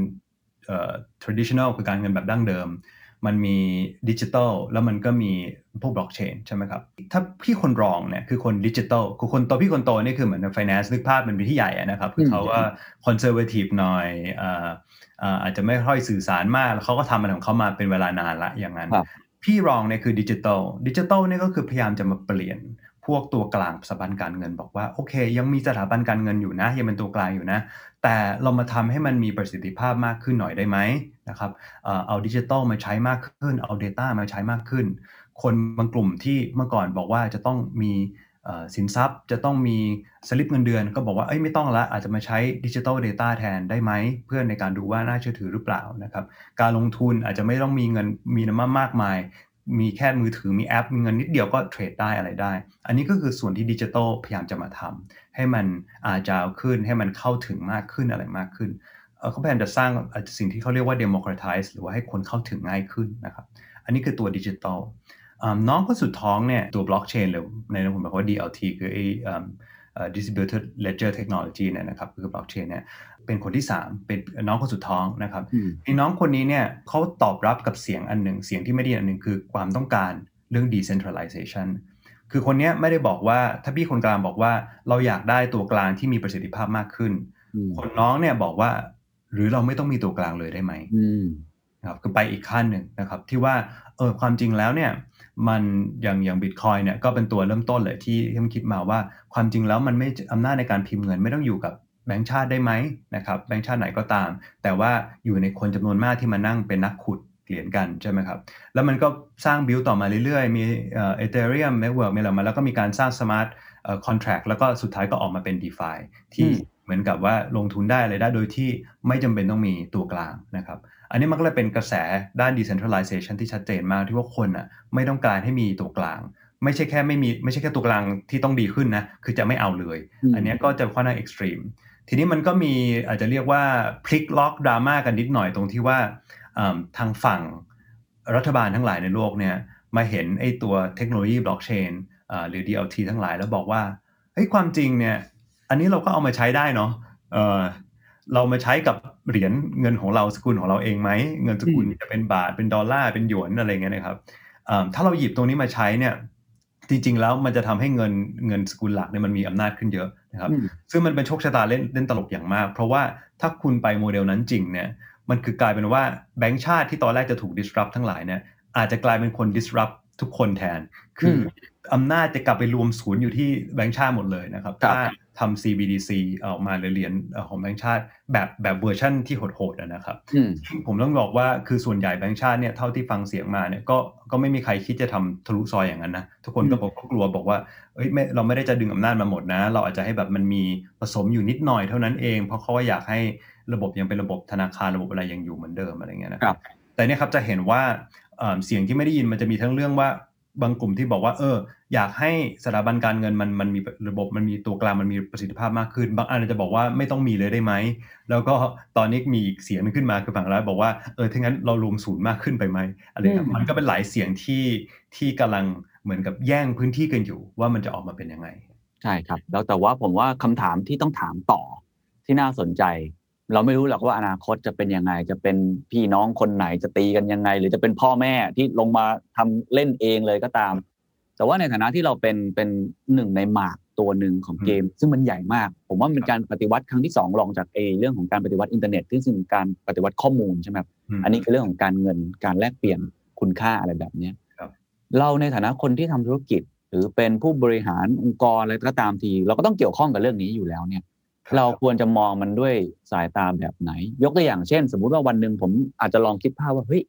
traditional คือการเงินแบบดั้งเดิมมันมีดิจิทัลแล้วมันก็มีพวกบล็อกเชนใช่ไหมครับถ้าพี่คนรองเนี่ยคือคนดิจิทัลคือคนโตพี่คนโตนี่คือเหมือน finance นึกภาพมันเป็นที่ใหญ่นะครับคือเขาว่าคอนเซอร์เวทีฟหน่อยอาจจะไม่ค่อยสื่อสารมากแล้วเขาก็ทำมันของเขามาเป็นเวลานานละอย่างนั้นพี่รองเนี่ยคือดิจิทัลเนี่ยก็คือพยายามจะมาเปลี่ยนพวกตัวกลางสถาบันการเงินบอกว่าโอเคยังมีสถาบันการเงินอยู่นะยังเป็นตัวกลางอยู่นะแต่เรามาทำให้มันมีประสิทธิภาพมากขึ้นหน่อยได้ไหมนะครับเอาดิจิทัลมาใช้มากขึ้นเอา data มาใช้มากขึ้นคนบางกลุ่มที่เมื่อก่อนบอกว่าจะต้องมีสินทรัพย์จะต้องมีสลิปเงินเดือนก็บอกว่าไม่ต้องละอาจจะมาใช้ดิจิทัล data แทนได้ไหมเพื่อในการดูว่าน่าเชื่อถือหรือเปล่านะครับการลงทุนอาจจะไม่ต้องมีเงินมีน้ำมากมายมีแค่มือถือมีแอปมีเงินนิดเดียวก็เทรดได้อะไรได้อันนี้ก็คือส่วนที่ดิจิทัลพยายามจะมาทำให้มันagileขึ้นให้มันเข้าถึงมากขึ้นอะไรมากขึ้นเขาพยายามจะสร้างสิ่งที่เขาเรียกว่า democratize หรือว่าให้คนเข้าถึงง่ายขึ้นนะครับอันนี้คือตัวดิจิทัลน้องคนสุดท้องเนี่ยตัวบล็อกเชนหรือในนั้นผมบอกว่า DLT คือdistributed ledger technology เนี่ยนะครับคือบล็อกเชนเนี่ยเป็นคนที่3เป็นน้องคนสุดท้องนะครับน้องคนนี้เนี่ยเขาตอบรับกับเสียงอันหนึ่งเสียงที่ไม่ดีอันหนึ่งคือความต้องการเรื่อง decentralization คือคนนี้ไม่ได้บอกว่าถ้าพี่คนกลางบอกว่าเราอยากได้ตัวกลางที่มีประสิทธิภาพมากขึ้นคนน้องเนี่ยบอกว่าหรือเราไม่ต้องมีตัวกลางเลยได้ไหมนะครับคือไปอีกขั้นหนึ่งนะครับที่ว่าความจริงแล้วเนี่ยมันอย่าง Bitcoin เนี่ยก็เป็นตัวเริ่มต้นเลยที่มันคิดมาว่าความจริงแล้วมันไม่อำนาจในการพิมพ์เงินไม่ต้องอยู่กับแบงก์ชาติได้ไหมนะครับแบงก์ชาติไหนก็ตามแต่ว่าอยู่ในคนจำนวนมากที่มานั่งเป็นนักขุดเหรียญกันใช่ไหมครับแล้วมันก็สร้างบิลต่อมาเรื่อยๆมีEthereum Network มีอะไรมาแล้วก็มีการสร้าง Smart Contract แล้วก็สุดท้ายก็ออกมาเป็น DeFi ที่เหมือนกับว่าลงทุนได้อะไรได้โดยที่ไม่จำเป็นต้องมีตัวกลางนะครับอันนี้มันก็เลยเป็นกระแสด้าน decentralization ที่ชัดเจนมากที่ว่าคนไม่ต้องการให้มีตัวกลางไม่ใช่แค่ตัวกลางที่ต้องดีขึ้นนะคือจะไม่เอาเลยอันนี้ก็จะค่อนข้าง extreme ทีนี้มันก็มีอาจจะเรียกว่าพลิกล็อกดราม่ากันนิดหน่อยตรงที่ว่าทางฝั่งรัฐบาลทั้งหลายในโลกเนี่ยมาเห็นไอ้ตัวเทคโนโลยีบล็อกเชนหรือ DLT ทั้งหลายแล้วบอกว่าเฮ้ยความจริงเนี่ยอันนี้เราก็เอามาใช้ได้เนาะเรามาใช้กับเหรียญเงินของเราสกุลของเราเองไหมเงินสกุลจะเป็นบาทเป็นดอลลาร์เป็นหยวนอะไรเงี้ยนะครับถ้าเราหยิบตรงนี้มาใช้เนี่ยจริงๆแล้วมันจะทำให้เงินสกุลหลักเนี่ยมันมีอำนาจขึ้นเยอะนะครับซึ่งมันเป็นโชคชะตาเล่นตลกอย่างมากเพราะว่าถ้าคุณไปโมเดลนั้นจริงเนี่ยมันคือกลายเป็นว่าแบงก์ชาติที่ตอนแรกจะถูก disrupt ทั้งหลายเนี่ยอาจจะกลายเป็นคน disrupt ทุกคนแทนคืออำนาจจะกลับไปรวมศูนย์อยู่ที่แบงก์ชาติหมดเลยนะครับถ้าทำ CBDC ออกมาเหรียญของแบงก์ชาติแบบเวอร์ชั่นที่โหดๆนะครับผมต้องบอกว่าคือส่วนใหญ่แบงก์ชาติเนี่ยเท่าที่ฟังเสียงมาเนี่ยก็ไม่มีใครคิดจะทำทะลุซอยอย่างนั้นนะทุกคนก็กลัวบอกว่าเราไม่ได้จะดึงอำนาจมาหมดนะเราอาจจะให้แบบมันมีผสมอยู่นิดหน่อยเท่านั้นเองเพราะเขาว่าอยากให้ระบบยังเป็นระบบธนาคารระบบอะไรยังอยู่เหมือนเดิมอะไรเงี้ยนะครับแต่เนี่ยครับจะเห็นว่าเสียงที่ไม่ได้ยินมันจะมีทั้งเรื่องว่าบางกลุ่มที่บอกว่าอยากให้สถาบันการเงินมันมีระบบมันมีตัวกลางมันมีประสิทธิภาพมากขึ้นบางอันจะบอกว่าไม่ต้องมีเลยได้ไหมแล้วก็ตอนนี้มีอีกเสียงนึงขึ้นมาคือฝั่งรัฐบอกว่าถ้างั้นเรารวมศูนย์มากขึ้นไปไหมอะไรครับมันก็เป็นหลายเสียงที่กำลังเหมือนกับแย่งพื้นที่กันอยู่ว่ามันจะออกมาเป็นยังไงใช่ครับแล้วแต่ว่าผมว่าคำถามที่ต้องถามต่อที่น่าสนใจเราไม่รู้หรอกว่าอนาคตจะเป็นยังไงจะเป็นพี่น้องคนไหนจะตีกันยังไงหรือจะเป็นพ่อแม่ที่ลงมาทำเล่นเองเลยก็ตามแต่ว่าในฐานะที่เราเป็นหนึ่งในหมากตัวหนึ่งของเกมซึ่งมันใหญ่มากผมว่าเป็นการปฏิวัติครั้งที่2รองจากเรื่องของการปฏิวัติอินเทอร์เน็ตซึ่งเป็นการปฏิวัติข้อมูลใช่ไหมครับอันนี้คือเรื่องของการเงินการแลกเปลี่ยนคุณค่าอะไรแบบนี้เราในฐานะคนที่ทำธุรกิจหรือเป็นผู้บริหารองค์กรอะไรก็ตามทีเราก็ต้องเกี่ยวข้องกับเรื่องนี้อยู่แล้วเนี่ยเราควรจะมองมันด้วยสายตาแบบไหนยกตัวอย่างเช่นสมมุติว่าวันนึงผมอาจจะลองคิดภาพว่าเฮ้ย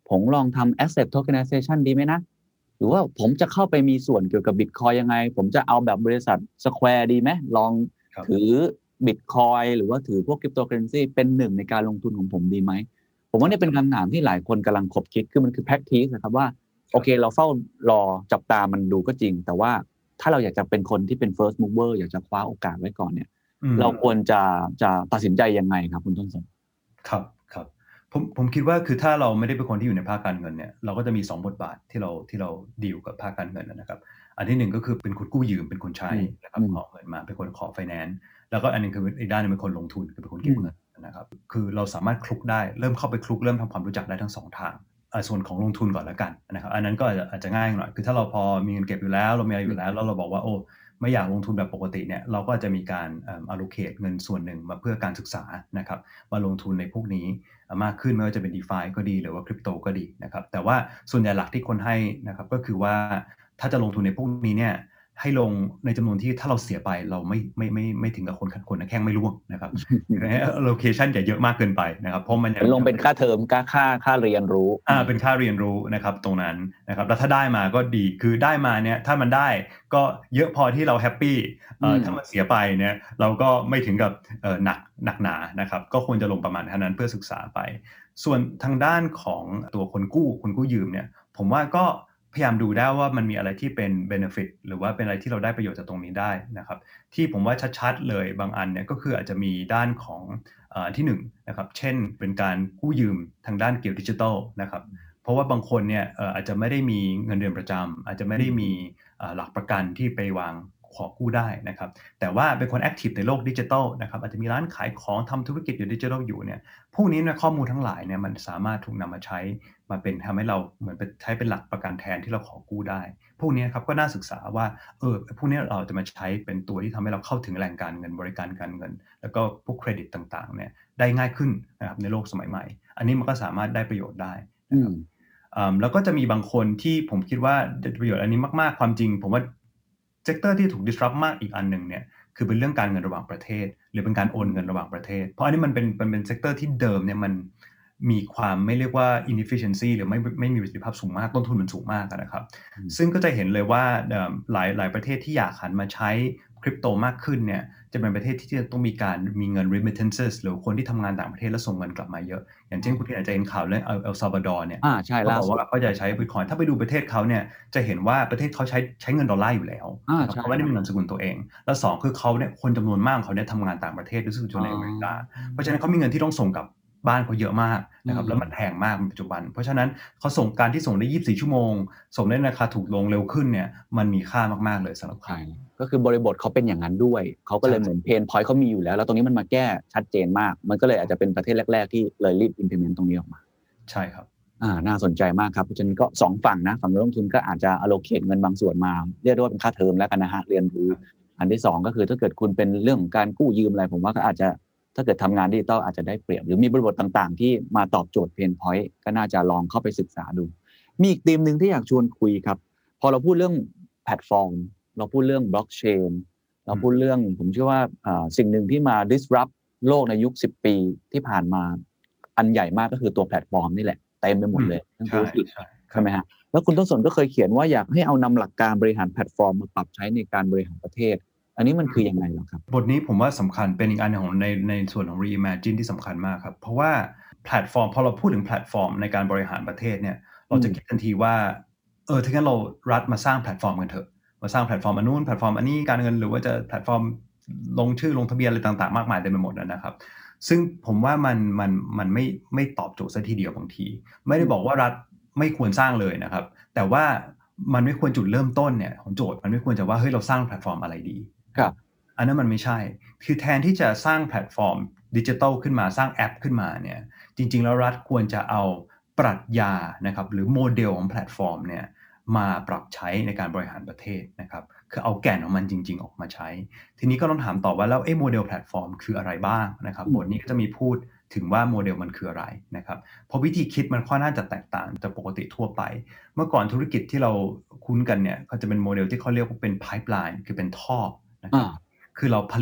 ผมลองทำ asset tokenization ดีไหมนะหรือว่าผมจะเข้าไปมีส่วนเกี่ยวกับ Bitcoin ยังไงผมจะเอาแบบบริษัท Square ดีไหมลองถือ Bitcoin หรือว่าถือพวก cryptocurrency เป็นหนึ่งในการลงทุนของผมดีไหมผมว่านี่เป็นคำถามที่หลายคนกำลังคบคิดคือมันคือ practice นะครับว่าโอเคเราเฝ้ารอจับตามันดูก็จริงแต่ว่าถ้าเราอยากจะเป็นคนที่เป็น first mover อยากจะคว้าโอกาสไว้ก่อนเนี่ยเราควรจะตัดสินใจยังไงครับคุณต้นสนครับผมคิดว่าคือถ้าเราไม่ได้เป็นคนที่อยู่ในภาคการเงินเนี่ยเราก็จะมี2บทบาทที่เราดีลกับภาคการเงินนะครับอันที่1ก็คือเป็นคนกู้ยืมเป็นคนใช้นะครับขอเงินมาเป็นคนขอไฟแนนซ์แล้วก็อันนึงคืออีกด้านนึงเป็นคนลงทุนคือเป็นคนเก็บเงินนะครับคือเราสามารถคลุกได้เริ่มเข้าไปคลุกเริ่มทำความรู้จักได้ทั้ง2ทางส่วนของลงทุนก่อนแล้วกันนะครับอันนั้นก็อาจจะง่ายหน่อยคือถ้าเราพอมีเงินเก็บอยู่แล้วเรามีอะไรอยู่แล้วเราบอกว่าโอ้ไม่อยากลงทุนแบบปกติเนี่ยเราก็จะมีการallocate เงินส่วนหนึ่งมาเพื่อการศึกษานะครับมาลงทุนในพวกนี้มากขึ้นไม่ว่าจะเป็น DeFi ก็ดีหรือว่าคริปโตก็ดีนะครับแต่ว่าส่วนใหญ่หลักที่คนให้นะครับก็คือว่าถ้าจะลงทุนในพวกนี้เนี่ยให้ลงในจำนวนที่ถ้าเราเสียไปเราไม่ถึงกับคนแข้งไม่ร่วงนะครับ allocation อย่าเยอะมากเกินไปนะครับเพราะมันลงเป็นค่าเทอมค่าเรียนรู้เป็นค่าเรียนรู้นะครับตรงนั้นนะครับแล้วถ้าได้มาก็ดีคือได้มาเนี่ยถ้ามันได้ก็เยอะพอที่เราแฮปปี้ถ้ามันเสียไปเนี่ยเราก็ไม่ถึงกับหนักหนานะครับก็ควรจะลงประมาณเท่านั้นเพื่อศึกษาไปส่วนทางด้านของตัวคนกู้ยืมเนี่ยผมว่าก็พยายามดูได้ว่ามันมีอะไรที่เป็น benefit หรือว่าเป็นอะไรที่เราได้ประโยชน์จากตรงนี้ได้นะครับที่ผมว่าชัดๆเลยบางอันเนี่ยก็คืออาจจะมีด้านของที่1นะครับเช่นเป็นการกู้ยืมทางด้านเกี่ยวดิจิทัลนะครับเพราะว่าบางคนเนี่ยอาจจะไม่ได้มีเงินเดือนประจำอาจจะไม่ได้มีหลักประกันที่ไปวางขอกู้ได้นะครับแต่ว่าเป็นคนแอคทีฟในโลกดิจิทัลนะครับอาจจะมีร้านขายของทำธุรกิจอยู่ดิจิทัลอยู่เนี่ยพวกนี้เนี่ยข้อมูลทั้งหลายเนี่ยมันสามารถถูกนำมาใช้มาเป็นทำให้เราเหมือนใช้เป็นหลักประกันแทนที่เราขอกู้ได้พวกนี้ครับก็น่าศึกษาว่าพวกนี้เราจะมาใช้เป็นตัวที่ทำให้เราเข้าถึงแหล่งการเงินบริการการเงินแล้วก็พวกเครดิตต่างๆเนี่ยได้ง่ายขึ้นนะครับในโลกสมัยใหม่อันนี้มันก็สามารถได้ประโยชน์ได้นะครับแล้วก็จะมีบางคนที่ผมคิดว่าได้ประโยชน์อันนี้มากๆความจริงผมว่าเซกเตอร์ที่ถูก disrupt มากอีกอันนึงเนี่ยคือเป็นเรื่องการเงินระหว่างประเทศหรือเป็นการโอนเงินระหว่างประเทศเพราะอันนี้มันเป็นเซกเตอร์ที่เดิมเนี่ยมันมีความไม่เรียกว่า inefficiency หรือไม่มีประสิทธิภาพสูงมากต้นทุนมันสูงมากนะครับซึ่งก็จะเห็นเลยว่าหลายประเทศที่อยากหันมาใช้คริปโตมากขึ้นเนี่ยจะเป็นประเทศที่ต้องมีเงิน remittances หรือคนที่ทำงานต่างประเทศแล้วส่งเงินกลับมาเยอะอย่างเช่นคุณอาจจะเห็นข่าวเรื่องเอลซัลวาดอร์เนี่ยเขาบอกว่าเขาจะใช้ Bitcoin ถ้าไปดูประเทศเขาเนี่ยจะเห็นว่าประเทศเขาใช้เงินดอลลาร์อยู่แล้วเขาไม่ได้มีเงินสกุลตัวเองแล้ว2คือเขาเนี่ยคนจำนวนมากเขาเนี่ยทำงานต่างประเทศรู้สึกอยู่ในอเมริกาเพราะฉะนั้นเขามีเงินที่ต้องส่งกับบ้านเขาเยอะมากนะครับแล้วมันแพงมากในปัจจุบันเพราะฉะนั้นเขาส่งการที่ส่งได้24ชั่วโมงส่งได้ราคาถูกลงเร็วขึ้นเนี่ยมันมีค่ามากๆเลยสำหรับเขาก็คือบริบทเขาเป็นอย่างนั้นด้วยเขาก็เลยเหมือนเพนพอยต์เขามีอยู่แล้วแล้วตรงนี้มันมาแก้ชัดเจนมากมันก็เลยอาจจะเป็นประเทศแรกๆที่เลยรีบ implement ตรงนี้ออกมาใช่ครับน่าสนใจมากครับเพราะฉะนั้นก็2ฝั่งนะฝั่งนักลงทุนก็อาจจะ allocate เงินบางส่วนมาเรียกได้ว่าเป็นค่าเทอมแล้วกันนะฮะเรียนรู้อันที่2ก็คือถ้าเกิดคุณเป็นเรื่องของการกู้ยืมอะไรผมว่าก็อาจจะถ้าเกิดทำงานดิจิตอลอาจจะได้เปรียบหรือมีบริบทต่างๆที่มาตอบโจทย์เพนพอยต์ก็น่าจะลองเข้าไปศึกษาดูมีอีกธีมนึงที่อยากชวนคุยครับพอเราพูดเรื่องแพลตฟอร์มเราพูดเรื่องบล็อกเชนเราพูดเรื่องผมเชื่อว่าสิ่งหนึ่งที่มา disrupt โลกในยุค10ปีที่ผ่านมาอันใหญ่มากก็คือตัวแพลตฟอร์มนี่แหละเต็มไปหมดเลยทั้งธุรกิจใช่ไหมฮะแล้วคุณต้นสนก็เคยเขียนว่าอยากให้เอานำหลักการบริหารแพลตฟอร์มมาปรับใช้ในการบริหารประเทศอันนี้มันคือยังไงหรอครับบทนี้ผมว่าสำคัญเป็นอีกอันของในส่วนของ Reimagine ที่สำคัญมากครับเพราะว่าแพลตฟอร์มพอเราพูดถึงแพลตฟอร์มในการบริหารประเทศเนี่ยเราจะคิดทันทีว่าถ้างั้นเรารัฐมาสร้างแพลตฟอร์มกันเถอะมาสร้างแพลตฟอร์มอันนู้นแพลตฟอร์มอันนี้การเงินหรือว่าจะแพลตฟอร์มลงชื่อลงทะเบียนอะไรต่างๆมากมายเต็มไปหมดนะครับซึ่งผมว่ามันไม่ตอบโจทย์ซะทีเดียวบางทีไม่ได้บอกว่ารัฐไม่ควรสร้างเลยนะครับแต่ว่ามันไม่ควรจุดเริ่มต้นเนี่ยของโจทย์มันไม่ควรจะว่าเฮ้ยเราสร้างแพลตฟอร์มอะไรดีครับอันนั้นมันไม่ใช่คือแทนที่จะสร้างแพลตฟอร์มดิจิทัลขึ้นมาสร้างแอปขึ้นมาเนี่ยจริงๆแล้วรัฐควรจะเอาปรัชญานะครับหรือโมเดลของแพลตฟอร์มเนี่ยมาปรับใช้ในการบริหารประเทศนะครับคือเอาแก่นของมันจริงๆออกมาใช้ทีนี้ก็ต้องถามต่อว่าแล้วโมเดลแพลตฟอร์มคืออะไรบ้างนะครับบทนี้ก็จะมีพูดถึงว่าโมเดลมันคืออะไรนะครับเพราะวิธีคิดมันค่อนข้างจะแตกต่างจากปกติทั่วไปเมื่อก่อนธุรกิจที่เราคุ้นกันเนี่ยก็จะเป็นโมเดลที่เขาเรียกว่าเป็น pipeline คือเป็นท่อนะครับคือเราผลิต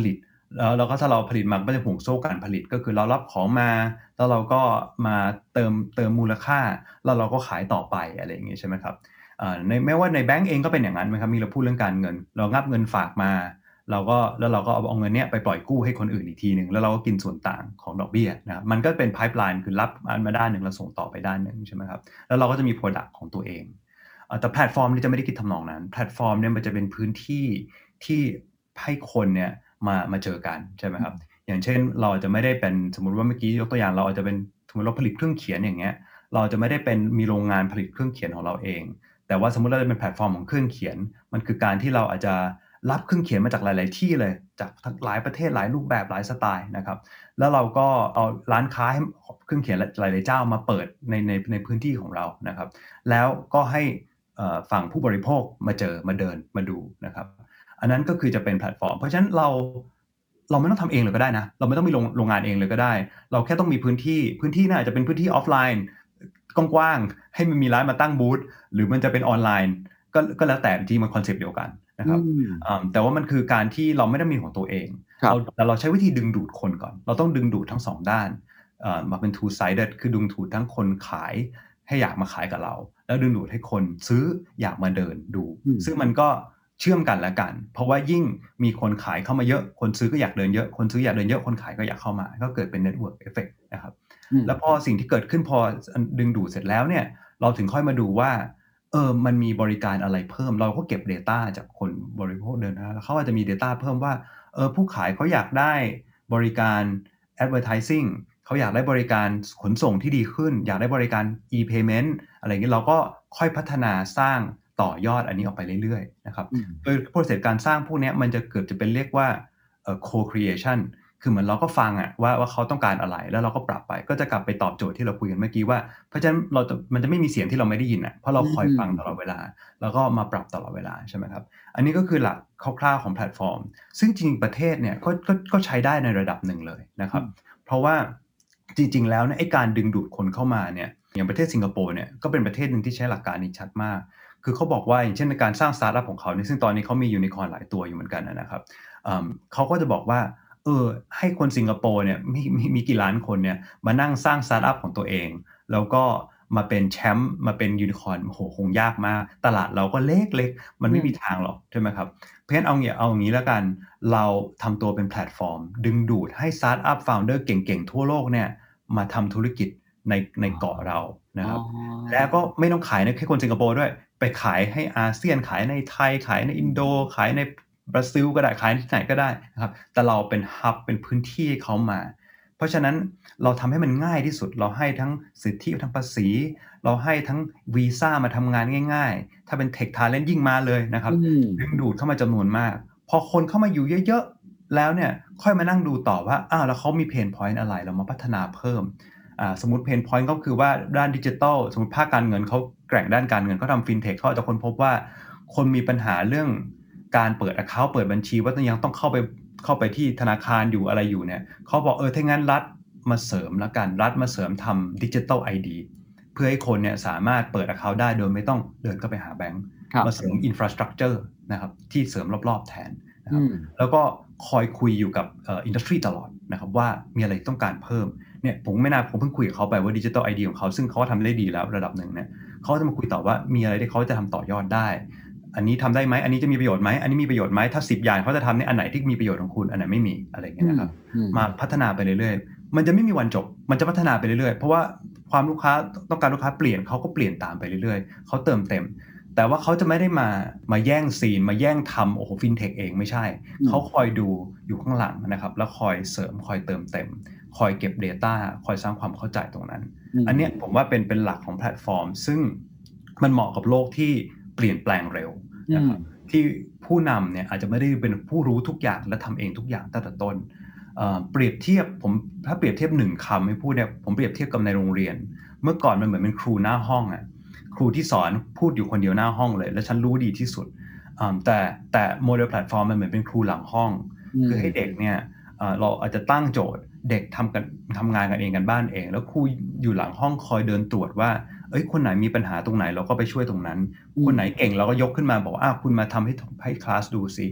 แล้วก็ถ้าเราผลิตมาก็จะห่วงโซ่การผลิตก็คือเรารับของมาแล้วเราก็มาเติมมูลค่าแล้วเราก็ขายต่อไปอะไรอย่างงี้ใช่ไหมครับไม่ว่าในแบงก์เองก็เป็นอย่างนั้นไหมครับมีเราพูดเรื่องการเงินเรางับเงินฝากมาเราก็เอาเงินเนี้ยไปปล่อยกู้ให้คนอื่นอีกทีนึงแล้วเราก็กินส่วนต่างของดอกเบี้ยนะครับมันก็เป็นไพป์ไลน์คือรับอันมาด้านนึงแล้วส่งต่อไปด้านนึงใช่ไหมครับแล้วเราก็จะมี product ของตัวเองแต่แพลตฟอร์มนี่จะไม่ได้คิดทำนองนั้นแพลตฟอร์มเนี่ยมันจะเป็นพื้นที่ที่ให้คนเนี่ยมาเจอกันใช่ไหมครับอย่างเช่นเราจะไม่ได้เป็นสมมุติว่าเมื่อกี้ยกตัวอย่างเราอาจจะเป็นสมมติเราผลิตเครื่องเขียนอย่างเงี้ยเราจะไม่ได้เป็นมีโรงงานผลิตเครื่องเขียนของเราเองแต่ว่าสมมุติเราจะเป็นแพลตฟอร์มของเครื่องเขียนมันคือการที่เราอาจจะรับเครื่องเขียนมาจากหลายๆที่เลยจากหลายประเทศหลายรูปแบบหลายสไตล์นะครับแล้วเราก็เอาร้านค้าให้เครื่องเขียนหลายๆเจ้ามาเปิดในพื้นที่ของเรานะครับแล้วก็ให้ฝั่งผู้บริโภคมาเจอมาเดินมาดูนะครับอันนั้นก็คือจะเป็นแพลตฟอร์มเพราะฉะนั้นเราไม่ต้องทำเองเลยก็ได้นะเราไม่ต้องมีโรงงานเองเลยก็ได้เราแค่ต้องมีพื้นที่น่าจะเป็นพื้นที่ออฟไลน์กว้างๆให้มันมีร้านมาตั้งบูธหรือมันจะเป็นออนไลน์ก็แล้วแต่จริงมันคอนเซปต์เดียวกันนะครับแต่ว่ามันคือการที่เราไม่ได้มีของตัวเองแต่เราใช้วิธีดึงดูดคนก่อนเราต้องดึงดูดทั้งสองด้านมาเป็น two sided คือดึงดูดทั้งคนขายให้อยากมาขายกับเราแล้วดึงดูดให้คนซื้ออยากมาเดินดูซึ่งมันก็เชื่อมกันและกันเพราะว่ายิ่งมีคนขายเข้ามาเยอะคนซื้อก็อยากเดินเยอะคนซื้ออยากเดินเยอะคนขายก็อยากเข้ามาก็เกิดเป็น network effect นะครับแล้วพอสิ่งที่เกิดขึ้นพอดึงดูดเสร็จแล้วเนี่ยเราถึงค่อยมาดูว่ามันมีบริการอะไรเพิ่มเราก็เก็บ data จากคนบริโภคเดินนะแล้วเขาอาจจะมี data เพิ่มว่าผู้ขายเขาอยากได้บริการ advertising เขาอยากได้บริการขนส่งที่ดีขึ้นอยากได้บริการ e-payment อะไรอย่างนี้เราก็ค่อยพัฒนาสร้างต่อยอดอันนี้ออกไปเรื่อยๆนะครับโดยโปรเซสการสร้างพวกนี้มันจะเกิดจะเป็นเรียกว่าco-creation คือเหมือนเราก็ฟังว่าเขาต้องการอะไรแล้วเราก็ปรับไปก็จะกลับไปตอบโจทย์ที่เราคุยกันเมื่อกี้ว่าเพราะฉะนั้นมันจะไม่มีเสียงที่เราไม่ได้ยินเพราะเราคอยฟังตลอดเวลาแล้วก็มาปรับตลอดเวลาใช่ไหมครับอันนี้ก็คือหลักคร่าวๆของแพลตฟอร์มซึ่งจริงประเทศเนี่ยก็ใช้ได้ในระดับหนึ่งเลยนะครับเพราะว่าจริงๆแล้วเนี่ยไอ้การดึงดูดคนเข้ามาเนี่ยอย่างประเทศสิงคโปร์เนี่ยก็เป็นประเทศหนึ่งที่ใช้หลักการนี้ชัดมากคือเขาบอกว่าอย่างเช่นในการสร้างสตาร์ทอัพของเขาเนี่ยซึ่งตอนนี้เขามียูนิคอร์นหลายตัวอยู่เหมือนกันนะครับเขาก็จะบอกว่าให้คนสิงคโปร์เนี่ยมีกี่ล้านคนเนี่ยมานั่งสร้างสตาร์ทอัพของตัวเองแล้วก็มาเป็นแชมป์มาเป็นยูนิคอร์นโหคงยากมากตลาดเราก็เล็กๆมันไม่มีทางหรอกใช่ไหมครับเพราะฉะนั้นเอาอย่างนี้แล้วกันเราทำตัวเป็นแพลตฟอร์มดึงดูดให้สตาร์ทอัพฟาวเดอร์เก่งๆทั่วโลกเนี่ยมาทำธุรกิจในเกาะเรานะครับแล้วก็ไม่ต้องขายแค่คนสิงคโปร์ด้วยไปขายให้อาเซียนขายในไทยขายในอินโดขายในบราซิลก็ได้ขายที่ไหนก็ได้นะครับแต่เราเป็นฮับเป็นพื้นที่ให้เขามาเพราะฉะนั้นเราทำให้มันง่ายที่สุดเราให้ทั้งสิทธิทางภาษีเราให้ทั้งวีซ่ามาทำงานง่ายๆถ้าเป็น Tech Talent ยิ่งมาเลยนะครับดึงดูดเข้ามาจำนวนมากพอคนเข้ามาอยู่เยอะๆแล้วเนี่ยค่อยมานั่งดูต่อว่าแล้วเขามีเพนพอยต์อะไรเรามาพัฒนาเพิ่มสมมุติเพนพอยต์ก็คือว่าด้านดิจิทัลสมมุติภาคการเงินเขาแกร่งด้านการเงินเขาทำฟินเทคเขาจะค้นพบว่าคนมีปัญหาเรื่องการเปิด account เปิดบัญชีว่ายังต้องเข้าไปที่ธนาคารอยู่อะไรอยู่เนี่ยเขาบอกถ้างั้นรัฐมาเสริมแล้วกันรัฐมาเสริมทำดิจิทัล ID เพื่อให้คนเนี่ยสามารถเปิด account ได้โดยไม่ต้องเดินเข้าไปหาแบงก์มาเสริม infrastructure นะครับที่เสริมรอบๆแทนนะครับแล้วก็คอยคุยอยู่กับindustry ตลอดนะครับว่ามีอะไรต้องการเพิ่มเนี่ยผมเพิ่งคุยกับเขาไปว่า digital ID ของเขาซึ่งเขาทำได้ดีแล้วระดับหนึ่งเนี่ยเขาจะมาคุยต่อว่ามีอะไรที่เขาจะทำต่อยอดได้อันนี้ทำได้ไหมอันนี้จะมีประโยชน์ไหมอันนี้มีประโยชน์ไหมถ้า10อย่างเขาจะทำเนี่ยอันไหนที่มีประโยชน์ของคุณอันไหนไม่มีอะไรอย่างเงี้ยนะครับมาพัฒนาไปเรื่อยๆมันจะไม่มีวันจบมันจะพัฒนาไปเรื่อยๆเพราะว่าความลูกค้าต้องการลูกค้าเปลี่ยนเขาก็เปลี่ยนตามไปเรื่อยๆเขาเติมเต็มแต่ว่าเขาจะไม่ได้มาแย่งซีนมาแย่งทำฟินเทคเองไม่ใช่เขาคอยดูอยู่ข้างหลังนะครับแล้วคอยเสริมคอยเติมเต็มคอยเก็บ data คอยสร้างความเข้าใจตรงนั้นอันนี้ผมว่าเป็นหลักของแพลตฟอร์มซึ่งมันเหมาะกับโลกที่เปลี่ยนแปลงเร็วนะครับที่ผู้นำเนี่ยอาจจะไม่ได้เป็นผู้รู้ทุกอย่างและทำเองทุกอย่างตั้งแต่ต้นเปรียบเทียบถ้าเปรียบเทียบ1คำให้พูดเนี่ยผมเปรียบเทียบกับในโรงเรียนเมื่อก่อนมันเหมือนเป็นครูหน้าห้องครูที่สอนพูดอยู่คนเดียวหน้าห้องเลยและฉันรู้ดีที่สุดแต่โมเดลแพลตฟอร์มมันเหมือนเป็นครูหลังห้องคือให้เด็กเนี่ยเราอาจจะตั้งโจทย์เด็กทำงานกันเองกันบ้านเองแล้วครูอยู่หลังห้องคอยเดินตรวจว่าคนไหนมีปัญหาตรงไหนเราก็ไปช่วยตรงนั้นคนไหนเก่งเราก็ยกขึ้นมาบอกว่าคุณมาทำให้คลาสดูสิ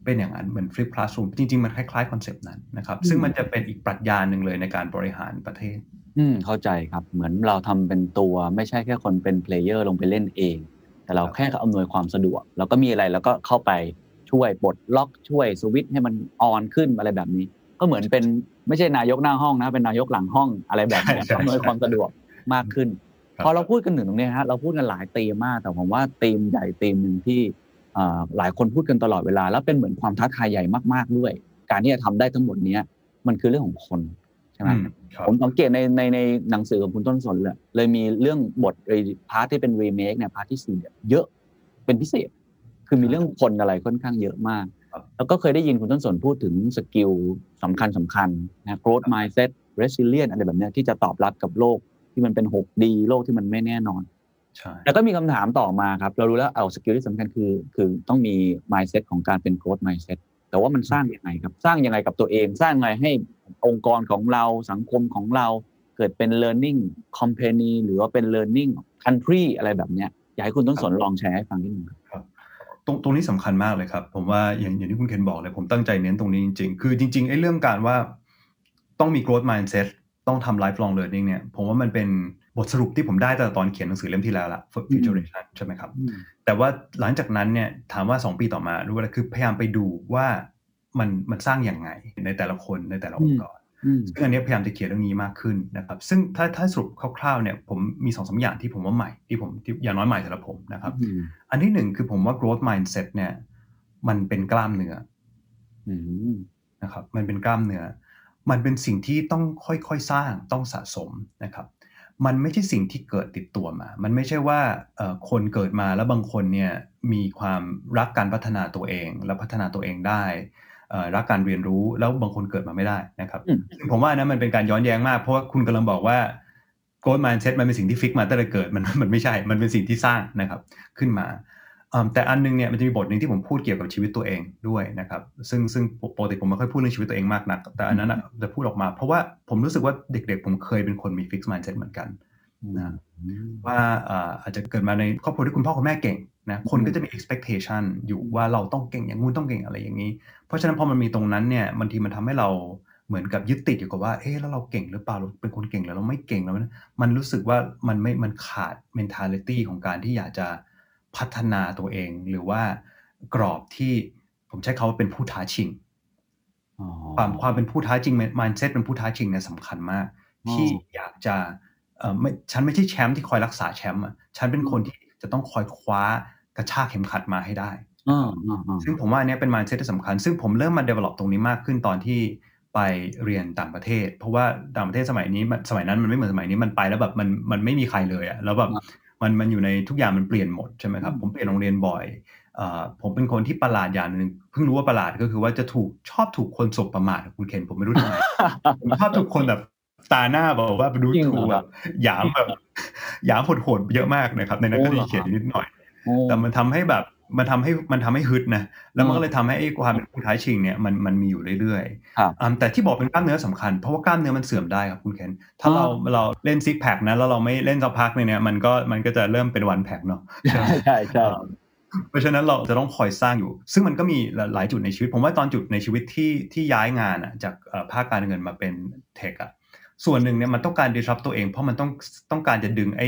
เป็นอย่างนั้นเหมือน flip classroom จริงๆมันคล้ายๆคอนเซปต์นั้นนะครับซึ่งมันจะเป็นอีกปรัชญาหนึ่งเลยในการบริหารประเทศเข้าใจครับเหมือนเราทำเป็นตัวไม่ใช่แค่คนเป็นเพลเยอร์ลงไปเล่นเองแต่เราแค่อำนวยความสะดวกแล้วก็มีอะไรแล้วก็เข้าไปช่วยปลดล็อกช่วยสวิตช์ให้มันออนขึ้นอะไรแบบนี้ก็เหมือนเป็นไม่ใช่นายกหน้าห้องนะเป็นนายกหลังห้องอะไรแบบนี้อำนวยความสะดวกมากขึ้นพอเราพูดกันถึงตรงนี้ฮะเราพูดกันหลายธีมมากแต่ผมว่าธีมใหญ่ธีมนึงที่หลายคนพูดกันตลอดเวลาแล้วเป็นเหมือนความท้าทายใหญ่มากๆด้วยการที่จะทำได้ทั้งหมดนี้มันคือเรื่องของคนใช่ไหมผมสังเกตในหนังสือของคุณต้นสนเลยมีเรื่องบทพาร์ทที่เป็นรีเมคเนี่ยพาร์ทที่4เยอะเป็นพิเศษคือมีเรื่องคนอะไรค่อนข้างเยอะมากแล้วก็เคยได้ยินคุณต้นสนพูดถึงสกิลสำคัญนะ growth mindset resilience อะไรแบบนี้ที่จะตอบรับกับโลกที่มันเป็น 6D โลกที่มันไม่แน่นอนแล้วก็มีคำถามต่อมาครับเรารู้แล้วสกิลที่สำคัญคือต้องมี mindset ของการเป็น growth mindset แต่ว่ามันสร้างยังไงครับสร้างยังไงกับตัวเองสร้างยังไงให้องค์กรของเราสังคมของเราเกิดเป็น learning company หรือว่าเป็น learning country อะไรแบบเนี้ยอยากให้คุณต้นสนลองแชร์ให้ฟังนิดนึงครับตรงนี้สำคัญมากเลยครับผมว่าอย่างที่คุณเคนบอกเลยผมตั้งใจเน้นตรงนี้จริงๆคือจริงๆไอ้เรื่องการว่าต้องมี growth mindset ต้องทำ lifelong learning เนี่ยผมว่ามันเป็นบทสรุปที่ผมได้แต่ตอนเขียนหนังสือเล่มที่แล้วละ Futuration ใช่ไหมครับแต่ว่าหลังจากนั้นเนี่ยถามว่า2ปีต่อมารู้อะไรคือพยายามไปดูว่ามันสร้างอย่างไงในแต่ละคนในแต่ละองค์กรซึ่งอันนี้พยายามจะเขียนเรื่องนี้มากขึ้นนะครับซึ่งถ้าสรุปคร่าวๆเนี่ยผมมี 2-3 อย่างที่ผมว่าใหม่ที่อย่างน้อยใหม่สำหรับผมนะครับอันที่1คือผมว่า growth mindset เนี่ยมันเป็นกล้ามเนื้อนะครับมันเป็นกล้ามเนื้อมันเป็นสิ่งที่ต้องค่อยๆสร้างต้องสะสมนะครับมันไม่ใช่สิ่งที่เกิดติดตัวมามันไม่ใช่ว่าคนเกิดมาแล้วบางคนเนี่ยมีความรักการพัฒนาตัวเองและพัฒนาตัวเองได้รักการเรียนรู้แล้วบางคนเกิดมาไม่ได้นะครับผมว่านะมันเป็นการย้อนแย้งมากเพราะว่าคุณกำลังบอกว่า growth mindset มันเป็นสิ่งที่ฟิกมาตั้งแต่เกิดมันไม่ใช่มันเป็นสิ่งที่สร้างนะครับขึ้นมาแต่อันนึงเนี่ยมันจะมีบทนึงที่ผมพูดเกี่ยวกับชีวิตตัวเองด้วยนะครับซึ่งปกติผมไม่ค่อยพูดเรื่องชีวิตตัวเองมากนักแต่อันนั้นจะพูดออกมาเพราะว่าผมรู้สึกว่าเด็กๆผมเคยเป็นคนมี fixed mindset เหมือนกันนะว่าอาจจะเกิดมาในครอบครัวที่คุณพ่อคุณแม่เก่งนะคนก็จะมี expectation อยู่ว่าเราต้องเก่งอย่างงู้นต้องเก่งอะไรอย่างนี้เพราะฉะนั้นพอมันมีตรงนั้นเนี่ยบางทีมันทำให้เราเหมือนกับยึดติดอยู่กับว่าแล้วเราเก่งหรือเปล่าเราเป็นคนเก่งหรือเราไม่เก่งแล้วมันรู้สึกว่ามันขาด mentality ของการที่อยากจะพัฒนาตัวเองหรือว่ากรอบที่ผมใช้คำว่าเป็นผู้ท้าชิงความเป็นผู้ท้าชิง mindset เป็นผู้ท้าชิงเนี่ยสำคัญมากที่อยากจะฉันไม่ใช่แชมป์ที่คอยรักษาแชมป์ฉันเป็นคนที่จะต้องคอยคว้ากระชากเข็มขัดมาให้ได้ซึ่งผมว่าอันนี้เป็น mindset ที่สำคัญซึ่งผมเริ่มมา develop ตรงนี้มากขึ้นตอนที่ไปเรียนต่างประเทศเพราะว่าต่างประเทศสมัยนั้นมันไม่เหมือนสมัยนี้มันไปแล้วแบบมันไม่มีใครเลยแล้วแบบมันอยู่ในทุกอย่างมันเปลี่ยนหมดใช่ไหมครับผมเปลี่ยนโรงเรียนบ่อยผมเป็นคนที่ประหลาดอย่างนึงเพิ่งรู้ว่าประหลาดก็คือว่าจะชอบถูกคนสบประมาทคุณเคนผมไม่รู้ทำไม ผมชอบถูกคนแบบตาหน้าบอกว่าไปดูถูกแบบหยามโหดๆเยอะมากนะครับในนั้นก็มีเขียนนิดหน่อยแต่มันทำให้ฮึดนะแล้วมันก็เลยทำให้ความเป็นผู้ท้าชิงเนี่ยมันมีอยู่เรื่อยๆแต่ที่บอกเป็นกล้ามเนื้อสำคัญเพราะว่ากล้ามเนื้อมันเสื่อมได้ครับคุณเคนถ้าเราเล่นซิกแพคนะแล้วเราไม่เล่นสักพักเนี่ยมันก็จะเริ่มเป็นวันแพคเนาะใช่เพราะฉะนั้นเราจะต้องคอยสร้างอยู่ซึ่งมันก็มีหลายจุดในชีวิตผมว่าตอนจุดในชีวิตที่ย้ายงานจากภาคการเงินมาเป็นเทคส่วนหนึ่งเนี่ยมันต้องการ disrupt ตัวเองเพราะมันต้องการจะดึงไอ้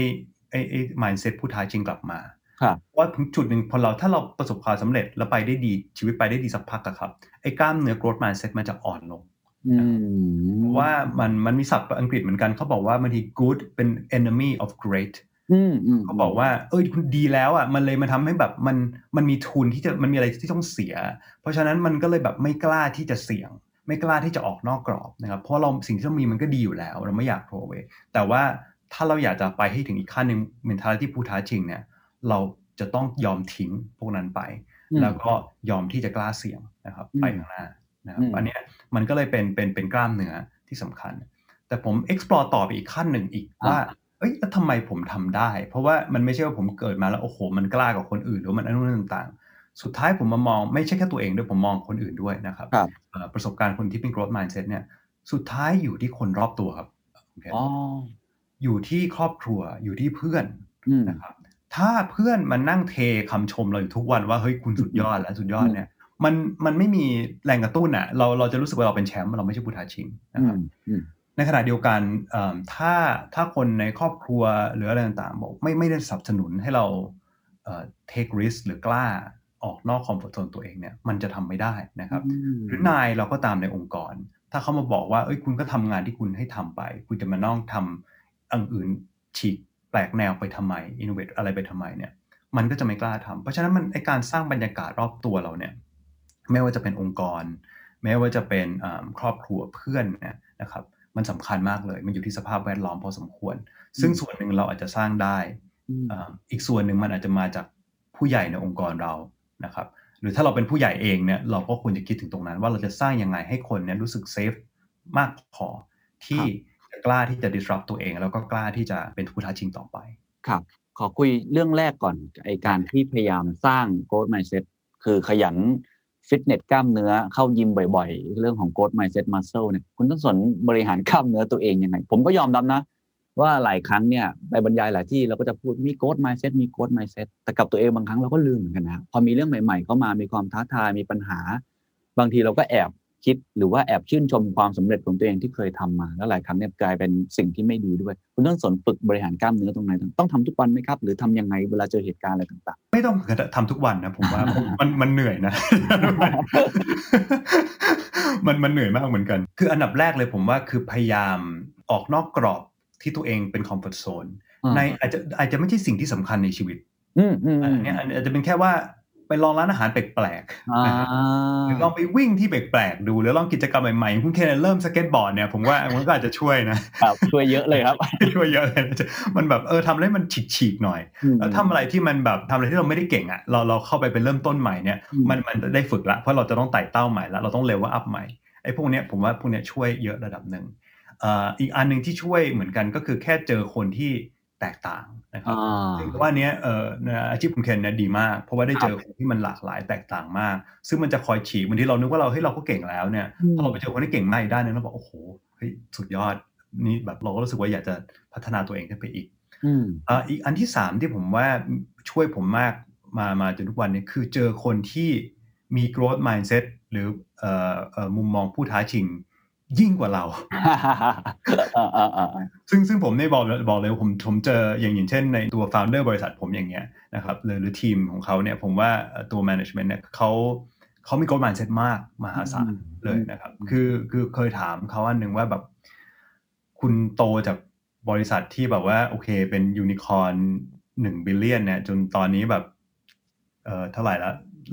mindset ผู้ท้าชิงกลับมาว่าถึงจุดหนึ่งถ้าเราประสบความสำเร็จแล้วไปได้ดีชีวิตไปได้ดีสักพักครับไอ้กล้ามเนื้อ growth mindset มันจะอ่อนลงว่ามันมีศัพท์อังกฤษเหมือนกันเขาบอกว่าบางที good เป็น enemy of great เขาบอกว่าคุณดีแล้วมันเลยมาทำให้แบบมันมีทุนที่จะมันมีอะไรที่ต้องเสียเพราะฉะนั้นมันก็เลยแบบไม่กล้าที่จะเสี่ยงไม่กล้าที่จะออกนอกกรอบนะครับเพราะเราสิ่งที่เรามีมันก็ดีอยู่แล้วเราไม่อยากโทรเวแต่ว่าถ้าเราอยากจะไปให้ถึงอีกขั้นนึง mentality ผู้ท้าชิงเนี่ยเราจะต้องยอมทิ้งพวกนั้นไปแล้วก็ยอมที่จะกล้าเสี่ยงนะครับไปข้างหน้านะครับอันนี้มันก็เลยเป็นกล้ามเนื้อที่สำคัญแต่ผม explore ต่อไปอีกขั้นหนึ่งอีกว่าแล้วทำไมผมทำได้เพราะว่ามันไม่ใช่ว่าผมเกิดมาแล้วโอ้โหมันกล้ากว่าคนอื่นหรือมันอันนู้นต่างๆสุดท้ายผมมามองไม่ใช่แค่ตัวเองด้วยผมมองคนอื่นด้วยนะครับประสบการณ์คนที่เป็น growth mindset เนี่ยสุดท้ายอยู่ที่คนรอบตัวครับอยู่ที่ครอบครัวอยู่ที่เพื่อนนะครับถ้าเพื่อนมานั่งเทคำชมเราอยู่ทุกวันว่าเฮ้ยคุณสุดยอดแล้วสุดยอดเนี่ยมันไม่มีแรงกระตุ้นอ่ะเราจะรู้สึกว่าเราเป็นแชมป์เราไม่ใช่ผู้ท้าชิงนะครับในขณะเดียวกันถ้าคนในครอบครัวหรืออะไรต่างๆบอกไม่ได้สนับสนุนให้เราtake risk หรือกล้าออกนอกคอมฟอร์ตโซนตัวเองเนี่ยมันจะทำไม่ได้นะครับหรือนายเราก็ตามในองค์กรถ้าเขามาบอกว่าคุณก็ทำงานที่คุณให้ทำไปคุณจะมาน้องทำอันอื่นฉีกแปลกแนวไปทำไม innovate อะไรไปทำไมเนี่ยมันก็จะไม่กล้าทำเพราะฉะนั้นไอ้การสร้างบรรยากาศรอบตัวเราเนี่ยไม่ว่าจะเป็นองค์กรแม้ว่าจะเป็นครอบครัวเพื่อนนะครับมันสำคัญมากเลยมันอยู่ที่สภาพแวดล้อมพอสมควรซึ่งส่วนหนึ่งเราอาจจะสร้างได้อีกส่วนหนึ่งมันอาจจะมาจากผู้ใหญ่ในองค์กรเรานะครับหรือถ้าเราเป็นผู้ใหญ่เองเนี่ยเราก็ควรจะคิดถึงตรงนั้นว่าเราจะสร้างยังไงให้คนเนี่ยรู้สึกเซฟมากพอที่จะกล้าที่จะ disrupt ตัวเองแล้วก็กล้าที่จะเป็นผู้ท้าชิงต่อไปครับขอคุยเรื่องแรกก่อนไอ้การที่พยายามสร้าง growth mindset คือขยันฟิตเนสกล้ามเนื้อเข้ายิมบ่อยๆเรื่องของ growth mindset muscle เนี่ยคุณต้องสนบริหารกล้ามเนื้อตัวเองยังไงผมก็ยอมรับนะว่าหลายครั้งเนี่ยไปบรรยายหลายที่เราก็จะพูดมี growth mindset มี growth mindset แต่กับตัวเองบางครั้งเราก็ลืมเหมือนกันนะพอมีเรื่องใหม่ๆเข้ามามีความท้าทายมีปัญหาบางทีเราก็แอบคิดหรือว่าแอบชื่นชมความสำเร็จของตัวเองที่เคยทำมาแล้วหลายครั้งเนี่ยกลายเป็นสิ่งที่ไม่ดีด้วยคุณต้องสนฝึกบริหารกล้ามเนื้อตรงไหนต้องทำทุกวันไหมครับหรือทำยังไงเวลาเจอเหตุการณ์อะไรต่างๆไม่ต้องทำทุกวันนะผมว่า มันเหนื่อยนะ มันเหนื่อยมากเหมือนกันคืออันดับแรกเลยผมว่าคือพยายามออกนอกกรอบที่ตัวเองเป็นคอมฟอร์ตโซนในอาจจะไม่ใช่สิ่งที่สำคัญในชีวิตอันนี้อาจจะเป็นแค่ว่าไปลองร้านอาหารแปลกๆหรือลองไปวิ่งที่แปลกๆดูหรือลองกิจกรรมใหม่ๆคุณเคนเริ่มสเก็ตบอร์ดเนี่ยผมว่ามันก็อาจจะช่วยนะครับช่วยเยอะเลยครับช่วยเยอะเลยมันแบบทำอะไรมันฉีกๆหน่อยแล้วทำอะไรที่มันแบบทำอะไรที่เราไม่ได้เก่งอ่ะเราเข้าไปเป็นเริ่มต้นใหม่เนี่ยมันได้ฝึกละเพราะเราจะต้องไต่เต้าใหม่ละเราต้องเลเวลอัพใหม่ไอ้พวกเนี้ยผมว่าพวกเนี้ยช่วยเยอะระดับนึงอีกอันนึงที่ช่วยเหมือนกันก็คือแค่เจอคนที่แตกต่างนะครับว่าเนี้ยอาชีพคุณเคนเนี่ยดีมากเพราะว่าได้เจอคนที่มันหลากหลายแตกต่างมากซึ่งมันจะคอยฉีกบางทีเรานึกว่าเราก็เก่งแล้วเนี่ยพอเราไปเจอคนที่เก่งมากอีกด้านนึงเราบอกโอ้โหเฮ้ยสุดยอดนี่แบบเราก็รู้สึกว่าอยากจะพัฒนาตัวเองขึ้นไปอีกอีกอันที่3ที่ผมว่าช่วยผมมากมาจนทุกวันนี้คือเจอคนที่มี growth mindset หรือมุมมองผู้ท้าชิงยิ่งกว่าเรา ซึ่งผมได้บอกเลยว่าผมเจออย่างเช่นในตัว founder บริษัทผมอย่างเงี้ยนะครับหรือทีมของเขาเนี่ยผมว่าตัว management เนี่ยเขามี growth mindset มากมหาศาลเลยนะครับคือเคยถามเขาอันนึงว่าแบบคุณโตจากบริษัทที่แบบว่าโอเคเป็นยูนิคอร์น1 บิลเลียนเนี่ยจนตอนนี้แบบเท่าไหร่ละ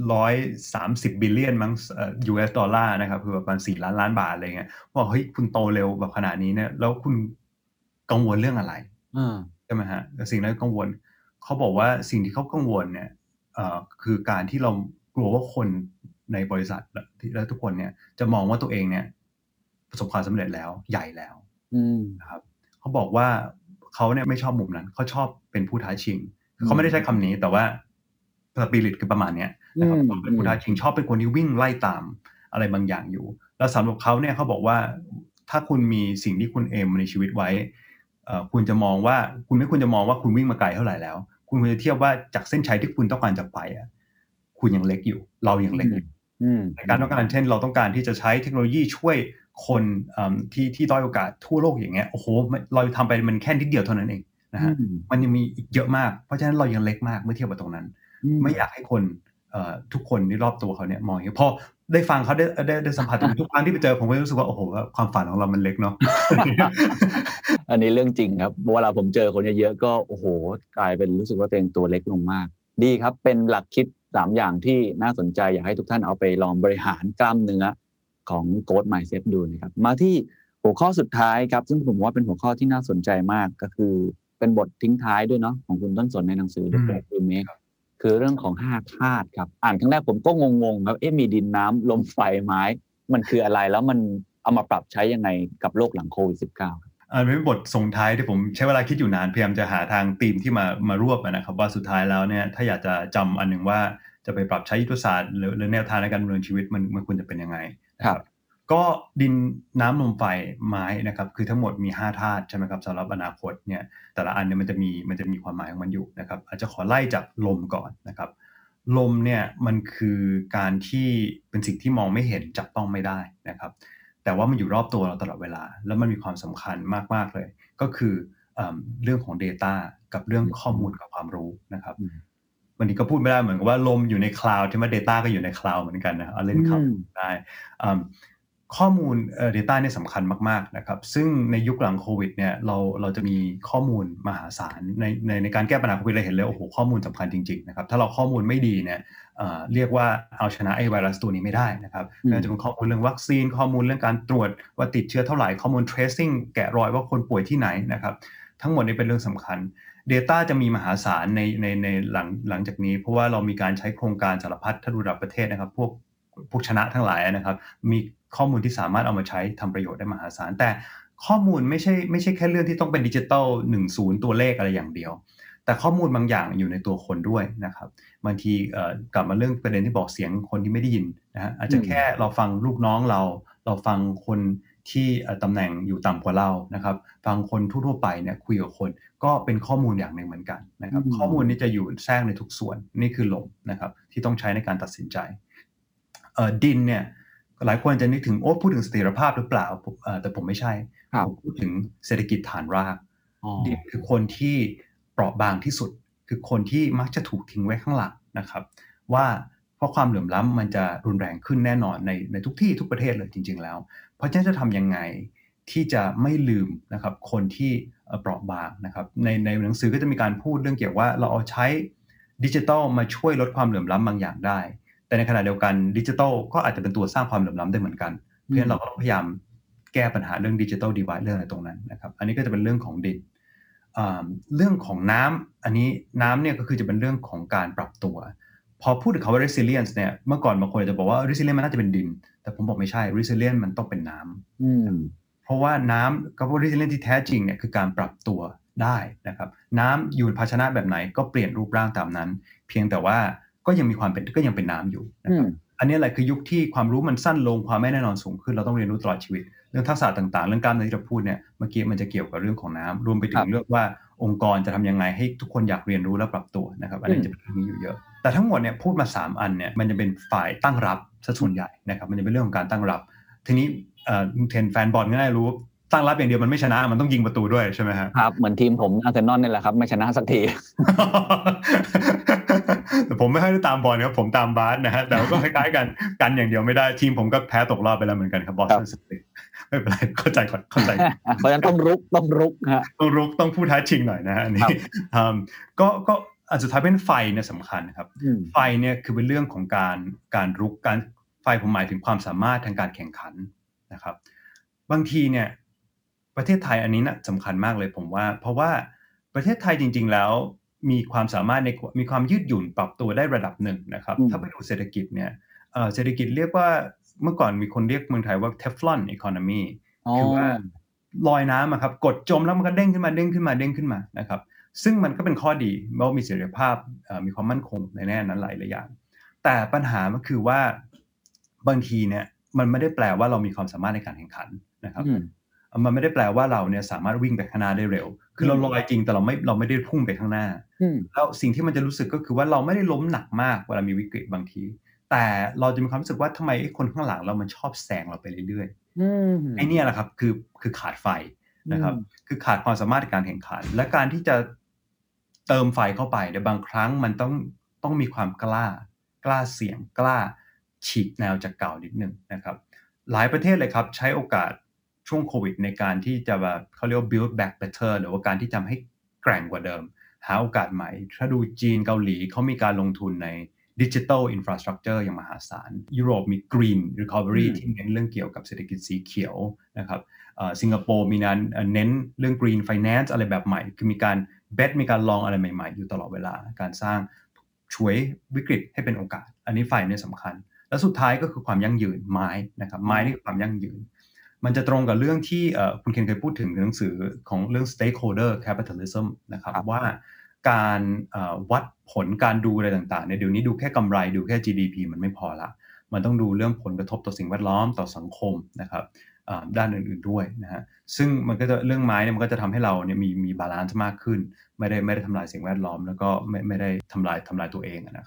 130 บิลเลียนมั้งUS ดอลลาร์นะครับคือประมาณ4 ล้านบาทอะไรเงี้ยบอกเฮ้ยคุณโตเร็วแบบขนาดนี้เนี่ยแล้วคุณกังวลเรื่องอะไรใช่ไหมฮะสิ่งที่กังวลเขาบอกว่าสิ่งที่เขากังวลเนี่ยคือการที่เรากลัวว่าคนในบริษัทและทุกคนเนี่ยจะมองว่าตัวเองเนี่ยประสบความสำเร็จแล้วใหญ่แล้วนะครับเขาบอกว่าเขาเนี่ยไม่ชอบมุมนั้นเขาชอบเป็นผู้ท้าชิงเขาไม่ได้ใช้คำนี้แต่ว่าสปิริตคือประมาณนี้นะครับเป็นผู้ท้าชิงชอบเป็นคนที่วิ่งไล่ตามอะไรบางอย่างอยู่แล้วสำหรับเขาเนี่ยเขาบอกว่าถ้าคุณมีสิ่งที่คุณเอมในชีวิตไว้คุณจะมองว่าคุณไม่ควรจะมองว่าคุณวิ่งมาไกลเท่าไหร่แล้วคุณควรจะเทียบว่าจากเส้นชัยที่คุณต้องการจะไปคุณยังเล็กอยู่เรายังเล็กอยู่ในการต้องการเช่นเราต้องการที่จะใช้เทคโนโลยีช่วยคนที่ด้อยโอกาสทั่วโลกอย่างเงี้ยโอ้โหเราทำไปมันแค่นิดเดียวเท่านั้นเองนะฮะมันยังมีอีกเยอะมากเพราะฉะนั้นเรายังเล็กมากเมื่อเทียบกับตรงนั้นไม่อยากให้คนทุกคนที่รอบตัวเขาเนี่ยมองอย่างนี้พอได้ฟังเขาได้สัมผัสทุกครั้งที่ไปเจอผมก็รู้สึกว่าโอ้โหความฝันของเรามันเล็กเนาะอันนี้เรื่องจริงครับเวลาผมเจอคนเยอะๆก็โอ้โหกลายเป็นรู้สึกว่าตัวเองตัวเล็กลงมากดีครับเป็นหลักคิด3อย่างที่น่าสนใจอยากให้ทุกท่านเอาไปลองบริหารกล้ามเนื้อของ Growth Mindset ดูนะครับมาที่หัวข้อสุดท้ายครับซึ่งผมว่าเป็นหัวข้อที่น่าสนใจมากก็คือเป็นบททิ้งท้ายด้วยเนาะของคุณต้นสนในหนังสือ The Great Remake คือเรื่องของ5ธาตุครับอ่านครั้งแรกผมก็งงๆครับมีดินน้ำลมไฟไม้มันคืออะไรแล้วมันเอามาปรับใช้ยังไงกับโลกหลังโควิด -19 ครับเป็นบทส่งท้ายที่ผมใช้เวลาคิดอยู่นานพยายามจะหาทางธีมที่มารวบนะครับว่าสุดท้ายแล้วเนี่ยถ้าอยากจะจำอันนึงว่าจะไปปรับใช้ยุทธศาสตร์หรือแนวทางในการดำเนินชีวิตมันควรจะเป็นยังไงครับก็ดินน้ำลมไฟไม้นะครับคือทั้งหมดมี5ธาตุใช่ไหมครับสำหรับอนาคตเนี่ยแต่ละอันเนี่ยมันจะมีความหมายของมันอยู่นะครับอาจจะขอไล่จากลมก่อนนะครับลมเนี่ยมันคือการที่เป็นสิ่งที่มองไม่เห็นจับต้องไม่ได้นะครับแต่ว่ามันอยู่รอบตัวเราตลอดเวลาแล้วมันมีความสำคัญมากๆเลยก็คือเรื่องของ data กับเรื่องข้อมูลกับความรู้นะครับวันนี้ก็พูดไม่ได้เหมือนกับว่าลมอยู่ในคลาวด์ที่ว่า data ก็อยู่ในคลาวด์เหมือนกันนะเอาเล่นคำได้ข้อมูลdata เนี่ยสำคัญมากๆนะครับซึ่งในยุคหลังโควิดเนี่ยเราจะมีข้อมูลมหาศาลในการแก้ปัญหาโควิดเราเห็นเลยโอ้โหข้อมูลสำคัญจริงๆนะครับถ้าเราข้อมูลไม่ดีเนี่ยเรียกว่าเอาชนะไอ้ไวรัสตัวนี้ไม่ได้นะครับไม่ว่าจะเป็นข้อมูลเรื่องวัคซีนข้อมูลเรื่องการตรวจว่าติดเชื้อเท่าไหร่ข้อมูล tracing แกะรอยว่าคนป่วยที่ไหนนะครับทั้งหมดนี้เป็นเรื่องสำคัญ data จะมีมหาศาลในหลังจากนี้เพราะว่าเรามีการใช้โครงการสารพัดถ้าดูระดับประเทศนะครับพวกชนะทั้งหลายนะครับมีข้อมูลที่สามารถเอามาใช้ทำประโยชน์ได้มหาศาลแต่ข้อมูลไม่ใช่แค่เรื่องที่ต้องเป็นดิจิตอล10ตัวเลขอะไรอย่างเดียวแต่ข้อมูลบางอย่างอยู่ในตัวคนด้วยนะครับบางทีกลับมาเรื่องประเด็นที่บอกเสียงคนที่ไม่ได้ยินนะฮะอาจจะแค่เราฟังลูกน้องเราฟังคนที่ตำแหน่งอยู่ต่ำกว่าเรานะครับฟังคนทั่วๆไปเนี่ยคุยกับคนก็เป็นข้อมูลอย่างหนึ่งเหมือนกันนะครับข้อมูลนี้จะอยู่แทรกในทุกส่วนนี่คือลมนะครับที่ต้องใช้ในการตัดสินใจดินเนี่ยหลายคนจะนึกถึงพูดถึงเสถียรภาพหรือเปล่าแต่ผมไม่ใช่ผมพูดถึงเศรษฐกิจฐานรากดินคือคนที่เปราะบางที่สุดคือคนที่มักจะถูกทิ้งไว้ข้างหลังนะครับว่าเพราะความเหลื่อมล้ำมันจะรุนแรงขึ้นแน่นอนในทุกที่ทุกประเทศเลยจริงๆแล้วเพราะฉะนั้นจะทำยังไงที่จะไม่ลืมนะครับคนที่เปราะบางนะครับในหนังสือก็จะมีการพูดเรื่องเกี่ยวว่าเราเอาใช้ดิจิทัลมาช่วยลดความเหลื่อมล้ำบางอย่างได้แต่ในขณะเดียวกันดิจิทัลก็อาจจะเป็นตัวสร้างความเหลื่อมล้ำได้เหมือนกันเพราะฉะนั้นเราก็ต้องพยายามแก้ปัญหาเรื่องดิจิทัลดีไวด์เรื่องอะไรตรงนั้นนะครับอันนี้ก็จะเป็นเรื่องของดินเรื่องของน้ำอันนี้น้ำเนี่ยก็คือจะเป็นเรื่องของการปรับตัวพอพูดถึงคำว่า resilience เนี่ยเมื่อก่อนบางคนจะบอกว่า resilience มันน่าจะเป็นดินแต่ผมบอกไม่ใช่ resilience มันต้องเป็นน้ำเพราะว่าน้ำกับ resilience ที่แท้จริงเนี่ยคือการปรับตัวได้นะครับน้ำอยู่ในภาชนะแบบไหนก็เปลี่ยนรูปร่างตามนั้นเพียงแต่ว่าก็ยังเป็นน้ำอยู่นะครับอันนี้แหละคือยุคที่ความรู้มันสั้นลงความไม่แน่นอนสูงขึ้นเราต้องเรียนรู้ตลอดชีวิตเรื่องทักษะต่างๆเรื่องกล้ามเนื้อที่เราพูดเนี่ยเมื่อกี้มันจะเกี่ยวกับเรื่องของน้ำรวมไปถึงเรื่องว่าองค์กรจะทำยังไงให้ทุกคนอยากเรียนรู้และปรับตัวนะครับอันนี้จะเป็นเรื่องนี้อยู่เยอะแต่ทั้งหมดเนี่ยพูดมา3อันเนี่ยมันจะเป็นฝ่ายตั้งรับซะส่วนใหญ่นะครับมันจะเป็นเรื่องของการตั้งรับทีนี้เทรนแฟนบอลก็ได้รู้ตั้งรับอย่างเดียวมันไม่ชนะมันต้องยิงประตูด้วยใช่ไหมครับเหมือนทีมผมอาร์เซนอลนี่แหละครับไม่ชนะสักทีแต่ผมไม่ค่อยได้ตามบอลครับผมตามบาสนะฮะแต่ก็คล้ายๆกันอย่างเดียวไม่ได้ทีมผมก็แพ้ตกรอบไปแล้วเหมือนกันครับบอสตันซิตี้ไม่เป็นไรเข้าใจก่อนเข้าใจเพราะฉะนั้นต้องรุกฮะต้องพูดท้าชิงหน่อยนะฮะอันนี้ก็อันสุดท้ายเป็นไฟเนี่ยสำคัญครับไฟเนี่ยคือเป็นเรื่องของการรุกการไฟผมหมายถึงความสามารถทางการแข่งขันนะครับบางทีเนี่ยประเทศไทยอันนี้นะสำคัญมากเลยผมว่าเพราะว่าประเทศไทยจริงๆแล้วมีความสามารถมีความยืดหยุ่นปรับตัวได้ระดับหนึ่งนะครับถ้าไปดูเศรษฐกิจเนี่ยเศรษฐกิจเรียกว่าเมื่อก่อนมีคนเรียกเมืองไทยว่า Teflon economy คือว่าลอยน้ำครับกดจมแล้วมันก็เด้งขึ้นมานะครับซึ่งมันก็เป็นข้อดีเพราะมีเสถียรภาพมีความมั่นคงในแน่นั้นหลายอย่างแต่ปัญหามันคือว่าบางทีเนี่ยมันไม่ได้แปลว่าเรามีความสามารถในการแข่งขันนะครับมันไม่ได้แปลว่าเราเนี่ยสามารถวิ่งไปข้างหน้าได้เร็วคือเราลอยจริงแต่เราไม่ได้พุ่งไปข้างหน้าแล้วสิ่งที่มันจะรู้สึกก็คือว่าเราไม่ได้ล้มหนักมากเวลามีวิกฤตบางทีแต่เราจะมีความรู้สึกว่าทำไมไอ้คนข้างหลังเรามันชอบแซงเราไปเรื่อยๆไอ้นี่แหละครับคือขาดไฟนะครับคือขาดความสามารถในการแข่งขันและการที่จะเติมไฟเข้าไปในบางครั้งมันต้องมีความกล้าเสี่ยงกล้าฉีกแนวจากเก่านิดนึงนะครับหลายประเทศเลยครับใช้โอกาสช่วงโควิดในการที่จะแบบเขาเรียกว่า build back better หรือว่าการที่จะให้แกร่งกว่าเดิมหาโอกาสใหม่ถ้าดูจีนเกาหลีเขามีการลงทุนใน digital infrastructure อย่างมหาศาลยุโรปมี green recovery ที่เน้นเรื่องเกี่ยวกับเศรษฐกิจสีเขียวนะครับสิงคโปร์มีการเน้นเรื่อง green finance อะไรแบบใหม่คือมีการมีการลองอะไรใหม่ๆอยู่ตลอดเวลาการสร้างช่วยวิกฤตให้เป็นโอกาสอันนี้ไฟเนี่ยสำคัญและสุดท้ายก็คือความยั่งยืนไม้นะครับไม้นี่คือความยั่งยืนมันจะตรงกับเรื่องที่คุณเคนเคยพูดถึงในหนังสือของเรื่อง stakeholder capitalism นะครับว่าการวัดผลการดูอะไรต่างๆเนี่ยเดี๋ยวนี้ดูแค่กำไรดูแค่ GDP มันไม่พอละมันต้องดูเรื่องผลกระทบต่อสิ่งแวดล้อมต่อสังคมนะครับด้านอื่นๆด้วยนะฮะซึ่งมันก็จะเรื่องไม้เนี่ยมันก็จะทำให้เราเนี่ยมีบาลานซ์มากขึ้นไม่ได้ทำลายสิ่งแวดล้อมแล้วก็ไม่ได้ทำลายตัวเองนะครับ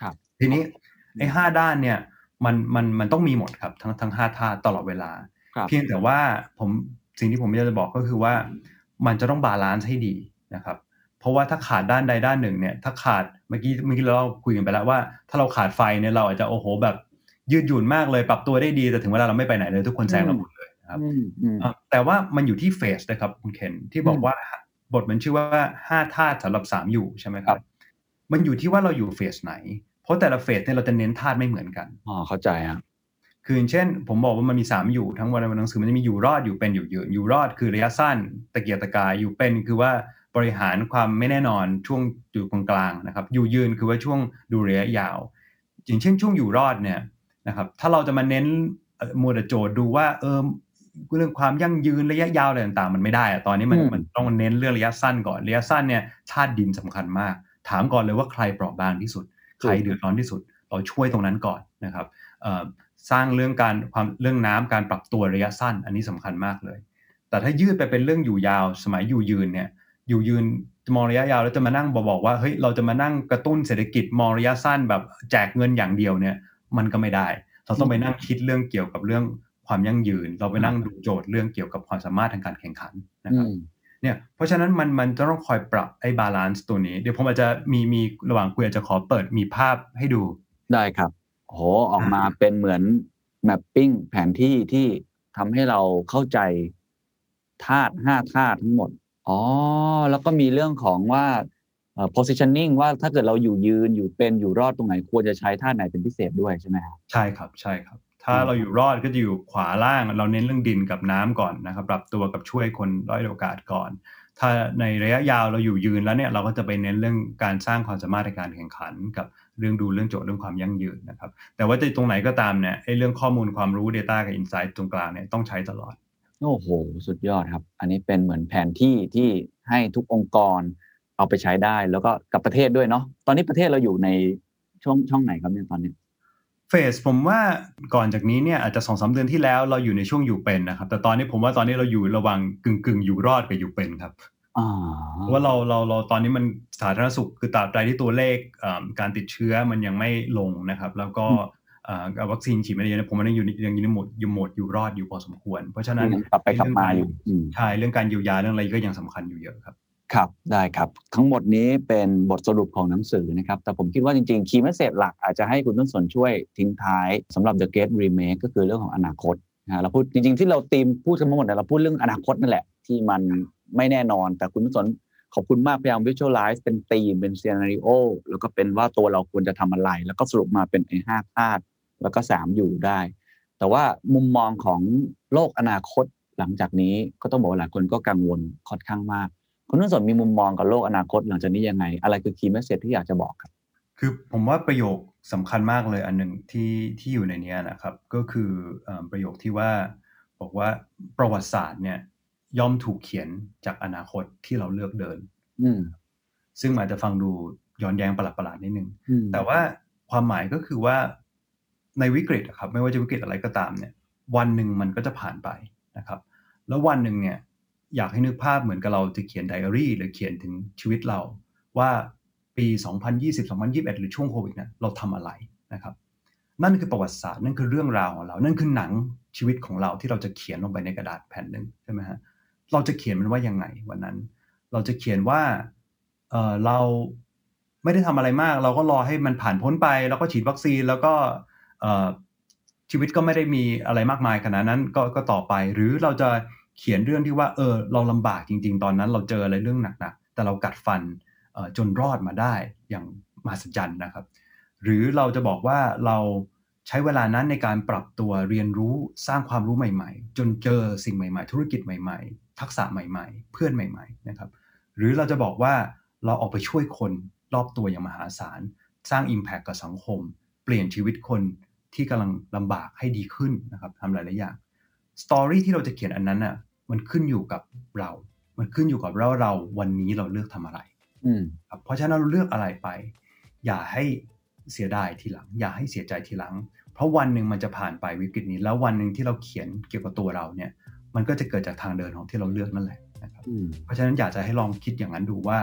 ครับทีนี้ไอ้5ด้านเนี่ยมันต้องมีหมดครับทั้ง5ธาตุตลอดเวลาเพียงแต่ว่าสิ่งที่ผมอยากจะบอกก็คือว่ามันจะต้องบาลานซ์ให้ดีนะครับเพราะว่าถ้าขาดด้านใดด้านหนึ่งเนี่ยถ้าขาดเมื่อกี้เราคุยกันไปแล้วว่าถ้าเราขาดไฟเนี่ยเราอาจจะโอ้โหแบบยืดหยุ่นมากเลยปรับตัวได้ดีแต่ถึงเวลาเราไม่ไปไหนเลยทุกคนแซงเราหมดเลยนะครับแต่ว่ามันอยู่ที่เฟสนะครับคุณเคนที่บอกว่าบทมันชื่อว่า5ธาตุสำหรับ3อยู่ใช่ไหมครับมันอยู่ที่ว่าเราอยู่เฟสไหนเพราะแต่ละเฟสเนี่ยเราจะเน้นธาตุไม่เหมือนกันเข้าใจครับคืออย่างเช่นผมบอกว่ามันมี3อยู่ทั้งวันในหนังสือมันจะมีอยู่รอดอยู่เป็นอยู่ยืนอยู่รอดคือระยะสั้นตะเกียกตะกายอยู่เป็นคือว่าบริหารความไม่แน่นอนช่วงอยู่กลางๆนะครับอยู่ยืนคือว่าช่วงดูระยะยาวอย่างเช่นช่วงอยู่รอดเนี่ยนะครับถ้าเราจะมาเน้นมัวแต่โจทย์ดูว่าเรื่องความยั่งยืนระยะยาวอะไรต่างๆมันไม่ได้อะตอนนี้มันต้องเน้นเรื่องระยะสั้นก่อนระยะสั้นเนี่ยธาตุดินสำคัญมากถามก่อนเลยว่าใครเปราะบางที่สุดใครเดือดร้อนที่สุดเราช่วยตรงนั้นก่อนนะครับสร้างเรื่องน้ำการปรับตัวระยะสั้นอันนี้สำคัญมากเลยแต่ถ้ายืดไปเป็นเรื่องอยู่ยาวสมัยอยู่ยืนเนี่ยอยู่ยืนมองระยะยาวแล้วจะมานั่งบอกว่าเฮ้ยเราจะมานั่งกระตุ้นเศรษฐกิจมองระยะสั้นแบบแจกเงินอย่างเดียวเนี่ยมันก็ไม่ได้เราต้องไปนั่งคิดเรื่องเกี่ยวกับเรื่องความยั่งยืนเราไปนั่งดูโจทย์เรื่องเกี่ยวกับความสามารถทางการแข่งขันนะครับเนี่ยเพราะฉะนั้นมันจะต้องคอยปรับไอ้บาลานซ์ตัวนี้เดี๋ยวผมอาจจะมีระหว่างคุยอาจจะขอเปิดมีภาพให้ดูได้ครับโหออกมาเป็นเหมือนแมปปิ้งแผนที่ที่ทำให้เราเข้าใจธาตุ5ธาตุทั้งหมดแล้วก็มีเรื่องของว่าpositioning ว่าถ้าเกิดเราอยู่ยืนอยู่เป็นอยู่รอดตรงไหนควรจะใช้ธาตุไหนเป็นพิเศษด้วยใช่ไหมครับใช่ครับใช่ครับถ้าเราอยู่รอดก็จะอยู่ขวาล่างเราเน้นเรื่องดินกับน้ำก่อนนะครับปรับตัวกับช่วยคนด้อยโอกาสก่อนถ้าในระยะยาวเราอยู่ยืนแล้วเนี่ยเราก็จะไปเน้นเรื่องการสร้างความสามารถในการแข่งขันกับเรื่องโจทย์เรื่องความยั่งยืนนะครับแต่ว่าจะตรงไหนก็ตามเนี่ยเรื่องข้อมูลความรู้ data กับ insight ตรงกลางเนี่ยต้องใช้ตลอดโอ้โหสุดยอดครับอันนี้เป็นเหมือนแผนที่ที่ให้ทุกองค์กรเอาไปใช้ได้แล้วก็กับประเทศด้วยเนาะตอนนี้ประเทศเราอยู่ในช่องไหนครับเนี่ยตอนนี้เฟสผมว่าก่อนจากนี้เนี่ยอาจจะ 2-3 เดือนที่แล้วเราอยู่ในช่วงอยู่เป็นนะครับแต่ตอนนี้ผมว่าตอนนี้เราอยู่ระหว่างกึ่งอยู่รอดกับอยู่เป็นครับเพราะว่าเราตอนนี้มันสาธารณสุขคือตราบใดที่ตัวเลขการติดเชื้อมันยังไม่ลงนะครับแล้วก็วัคซีนฉีดไม่ได้เยอะผมว่ายังอยู่ในโหมดอยู่รอดอยู่พอสมควรเพราะฉะนั้นกลับไปกลับมาอยู่ใช่เรื่องการเยียวยาเรื่องอะไรก็ยังสำคัญอยู่เยอะครับครับได้ครับทั้งหมดนี้เป็นบทสรุปของหนังสือนะครับแต่ผมคิดว่าจริงๆคีย์เมสเสจหลักอาจจะให้คุณต้นสนช่วยทิ้งท้ายสำหรับ The Great Remake ก็คือเรื่องของอนาคตเราพูดจริงๆที่เราพูดทั้งหมดเราพูดเรื่องอนาคตนั่นแหละที่มันไม่แน่นอนแต่คุณต้นสนขอบคุณมากพยายาม visualize เป็นธีมเป็น scenario แล้วก็เป็นว่าตัวเราควรจะทำอะไรแล้วก็สรุปมาเป็น5ธาตุแล้วก็3อยู่ได้แต่ว่ามุมมองของโลกอนาคตหลังจากนี้ก็ต้องบอกว่าหลายคนก็กังวลค่อนข้างมากคุณต้นสนมีมุมมองกับโลกอนาคตหลังจากนี้ยังไงอะไรคือ key message ที่อยากจะบอกครับคือผมว่าประโยคสำคัญมากเลยอันหนึ่งที่อยู่ในนี้นะครับก็คือประโยคที่ว่าบอกว่าประวัติศาสตร์เนี่ยย่อมถูกเขียนจากอนาคตที่เราเลือกเดินซึ่งอาจจะฟังดูย้อนแย้งประหลาดนิดนึงแต่ว่าความหมายก็คือว่าในวิกฤตครับไม่ว่าจะวิกฤตอะไรก็ตามเนี่ยวันหนึ่งมันก็จะผ่านไปนะครับแล้ววันหนึ่งเนี่ยอยากให้นึกภาพเหมือนกับเราจะเขียนไดอารี่หรือเขียนถึงชีวิตเราว่าปี2020 2021หรือช่วงโควิดเนี่ยเราทำอะไรนะครับนั่นคือประวัติศาสตร์นั่นคือเรื่องราวของเรานั่นคือหนังชีวิตของเราที่เราจะเขียนลงไปในกระดาษแผ่นนึงใช่ไหมฮะเราจะเขียนมันว่ายังไงวันนั้นเราจะเขียนว่าเราไม่ได้ทำอะไรมากเราก็รอให้มันผ่านพ้นไปแล้วก็ฉีดวัคซีนแล้วก็ชีวิตก็ไม่ได้มีอะไรมากมายขนาดนั้นก็ต่อไปหรือเราจะเขียนเรื่องที่ว่าเราลำบากจริงๆตอนนั้นเราเจออะไรเรื่องหนักๆแต่เรากัดฟันจนรอดมาได้อย่างมหัศจรรย์นะครับหรือเราจะบอกว่าเราใช้เวลานั้นในการปรับตัวเรียนรู้สร้างความรู้ใหม่ๆจนเจอสิ่งใหม่ๆธุรกิจใหม่ๆทักษะใหม่ๆเพื่อนใหม่ๆนะครับหรือเราจะบอกว่าเราออกไปช่วยคนรอบตัวอย่างมหาศาลสร้าง impact กับสังคมเปลี่ยนชีวิตคนที่กำลังลำบากให้ดีขึ้นนะครับทำหลายๆอย่างสตอรี่ที่เราจะเขียนอันนั้นน่ะมันขึ้นอยู่กับเรามันขึ้นอยู่กับเราวันนี้เราเลือกทำอะไรครับเพราะฉะนั้นเราเลือกอะไรไปอย่าให้เสียดายทีหลังอย่าให้เสียใจทีหลังเพราะวันหนึ่งมันจะผ่านไปวิกฤตนี้แล้ววันหนึ่งที่เราเขียนเกี่ยวกับตัวเราเนี่ยมันก็จะเกิดจากทางเดินของที่เราเลือกนั่นแหละนะครับเพราะฉะนั้นอยากจะให้ลองคิดอย่างนั้นดูว่า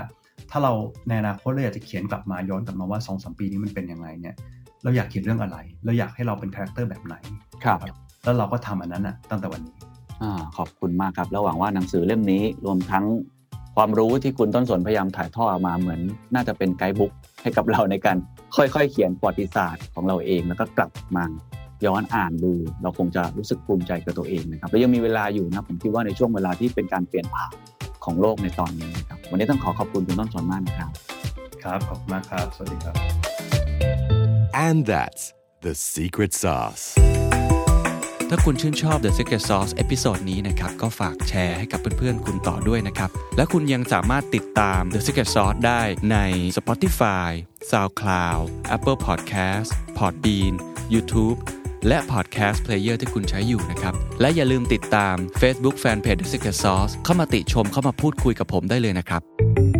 ถ้าเราในอนาคตเราอยากจะเขียนกลับมาย้อนกลับมาว่า 2-3 ปีนี้มันเป็นยังไงเนี่ยเราอยากเขียนเรื่องอะไรเราอยากให้เราเป็นคาแรคเตอร์แบบไหนครับแล้วเราก็ทำอันนั้นตั้งแต่วันนี้ขอบคุณมากครับแล้วหวังว่าหนังสือเล่มนี้รวมทั้งความรู้ที่คุณต้นสนพยายามถ่ายทอดออกมาเหมือนน่าจะเป็นไกด์บุ๊กให้กับเราในการค่อยๆเขียนประวัติศาสตร์ของเราเองแล้วก็กลับมาย้อนอ่านดูเราคงจะรู้สึกภูมิใจกับตัวเองนะครับแล้วยังมีเวลาอยู่นะผมคิดว่าในช่วงเวลาที่เป็นการเปลี่ยนผ่านของโลกในตอนนี้นะครับวันนี้ต้องขอบคุณคุณต้นสนมากนะครับครับขอบคุณมากครับสวัสดีครับ And that's the secret sauce ถ้าคุณชื่นชอบ The Secret Sauce เอพิโซดนี้นะครับก็ฝากแชร์ให้กับเพื่อนๆคุณต่อด้วยนะครับและคุณยังสามารถติดตาม The Secret Sauce ได้ใน Spotify, SoundCloud, Apple Podcast, Podbean, YouTube และ Podcast Player ที่คุณใช้อยู่นะครับและอย่าลืมติดตาม Facebook Fanpage The Secret Sauce เข้ามาติชมเข้ามาพูดคุยกับผมได้เลยนะครับ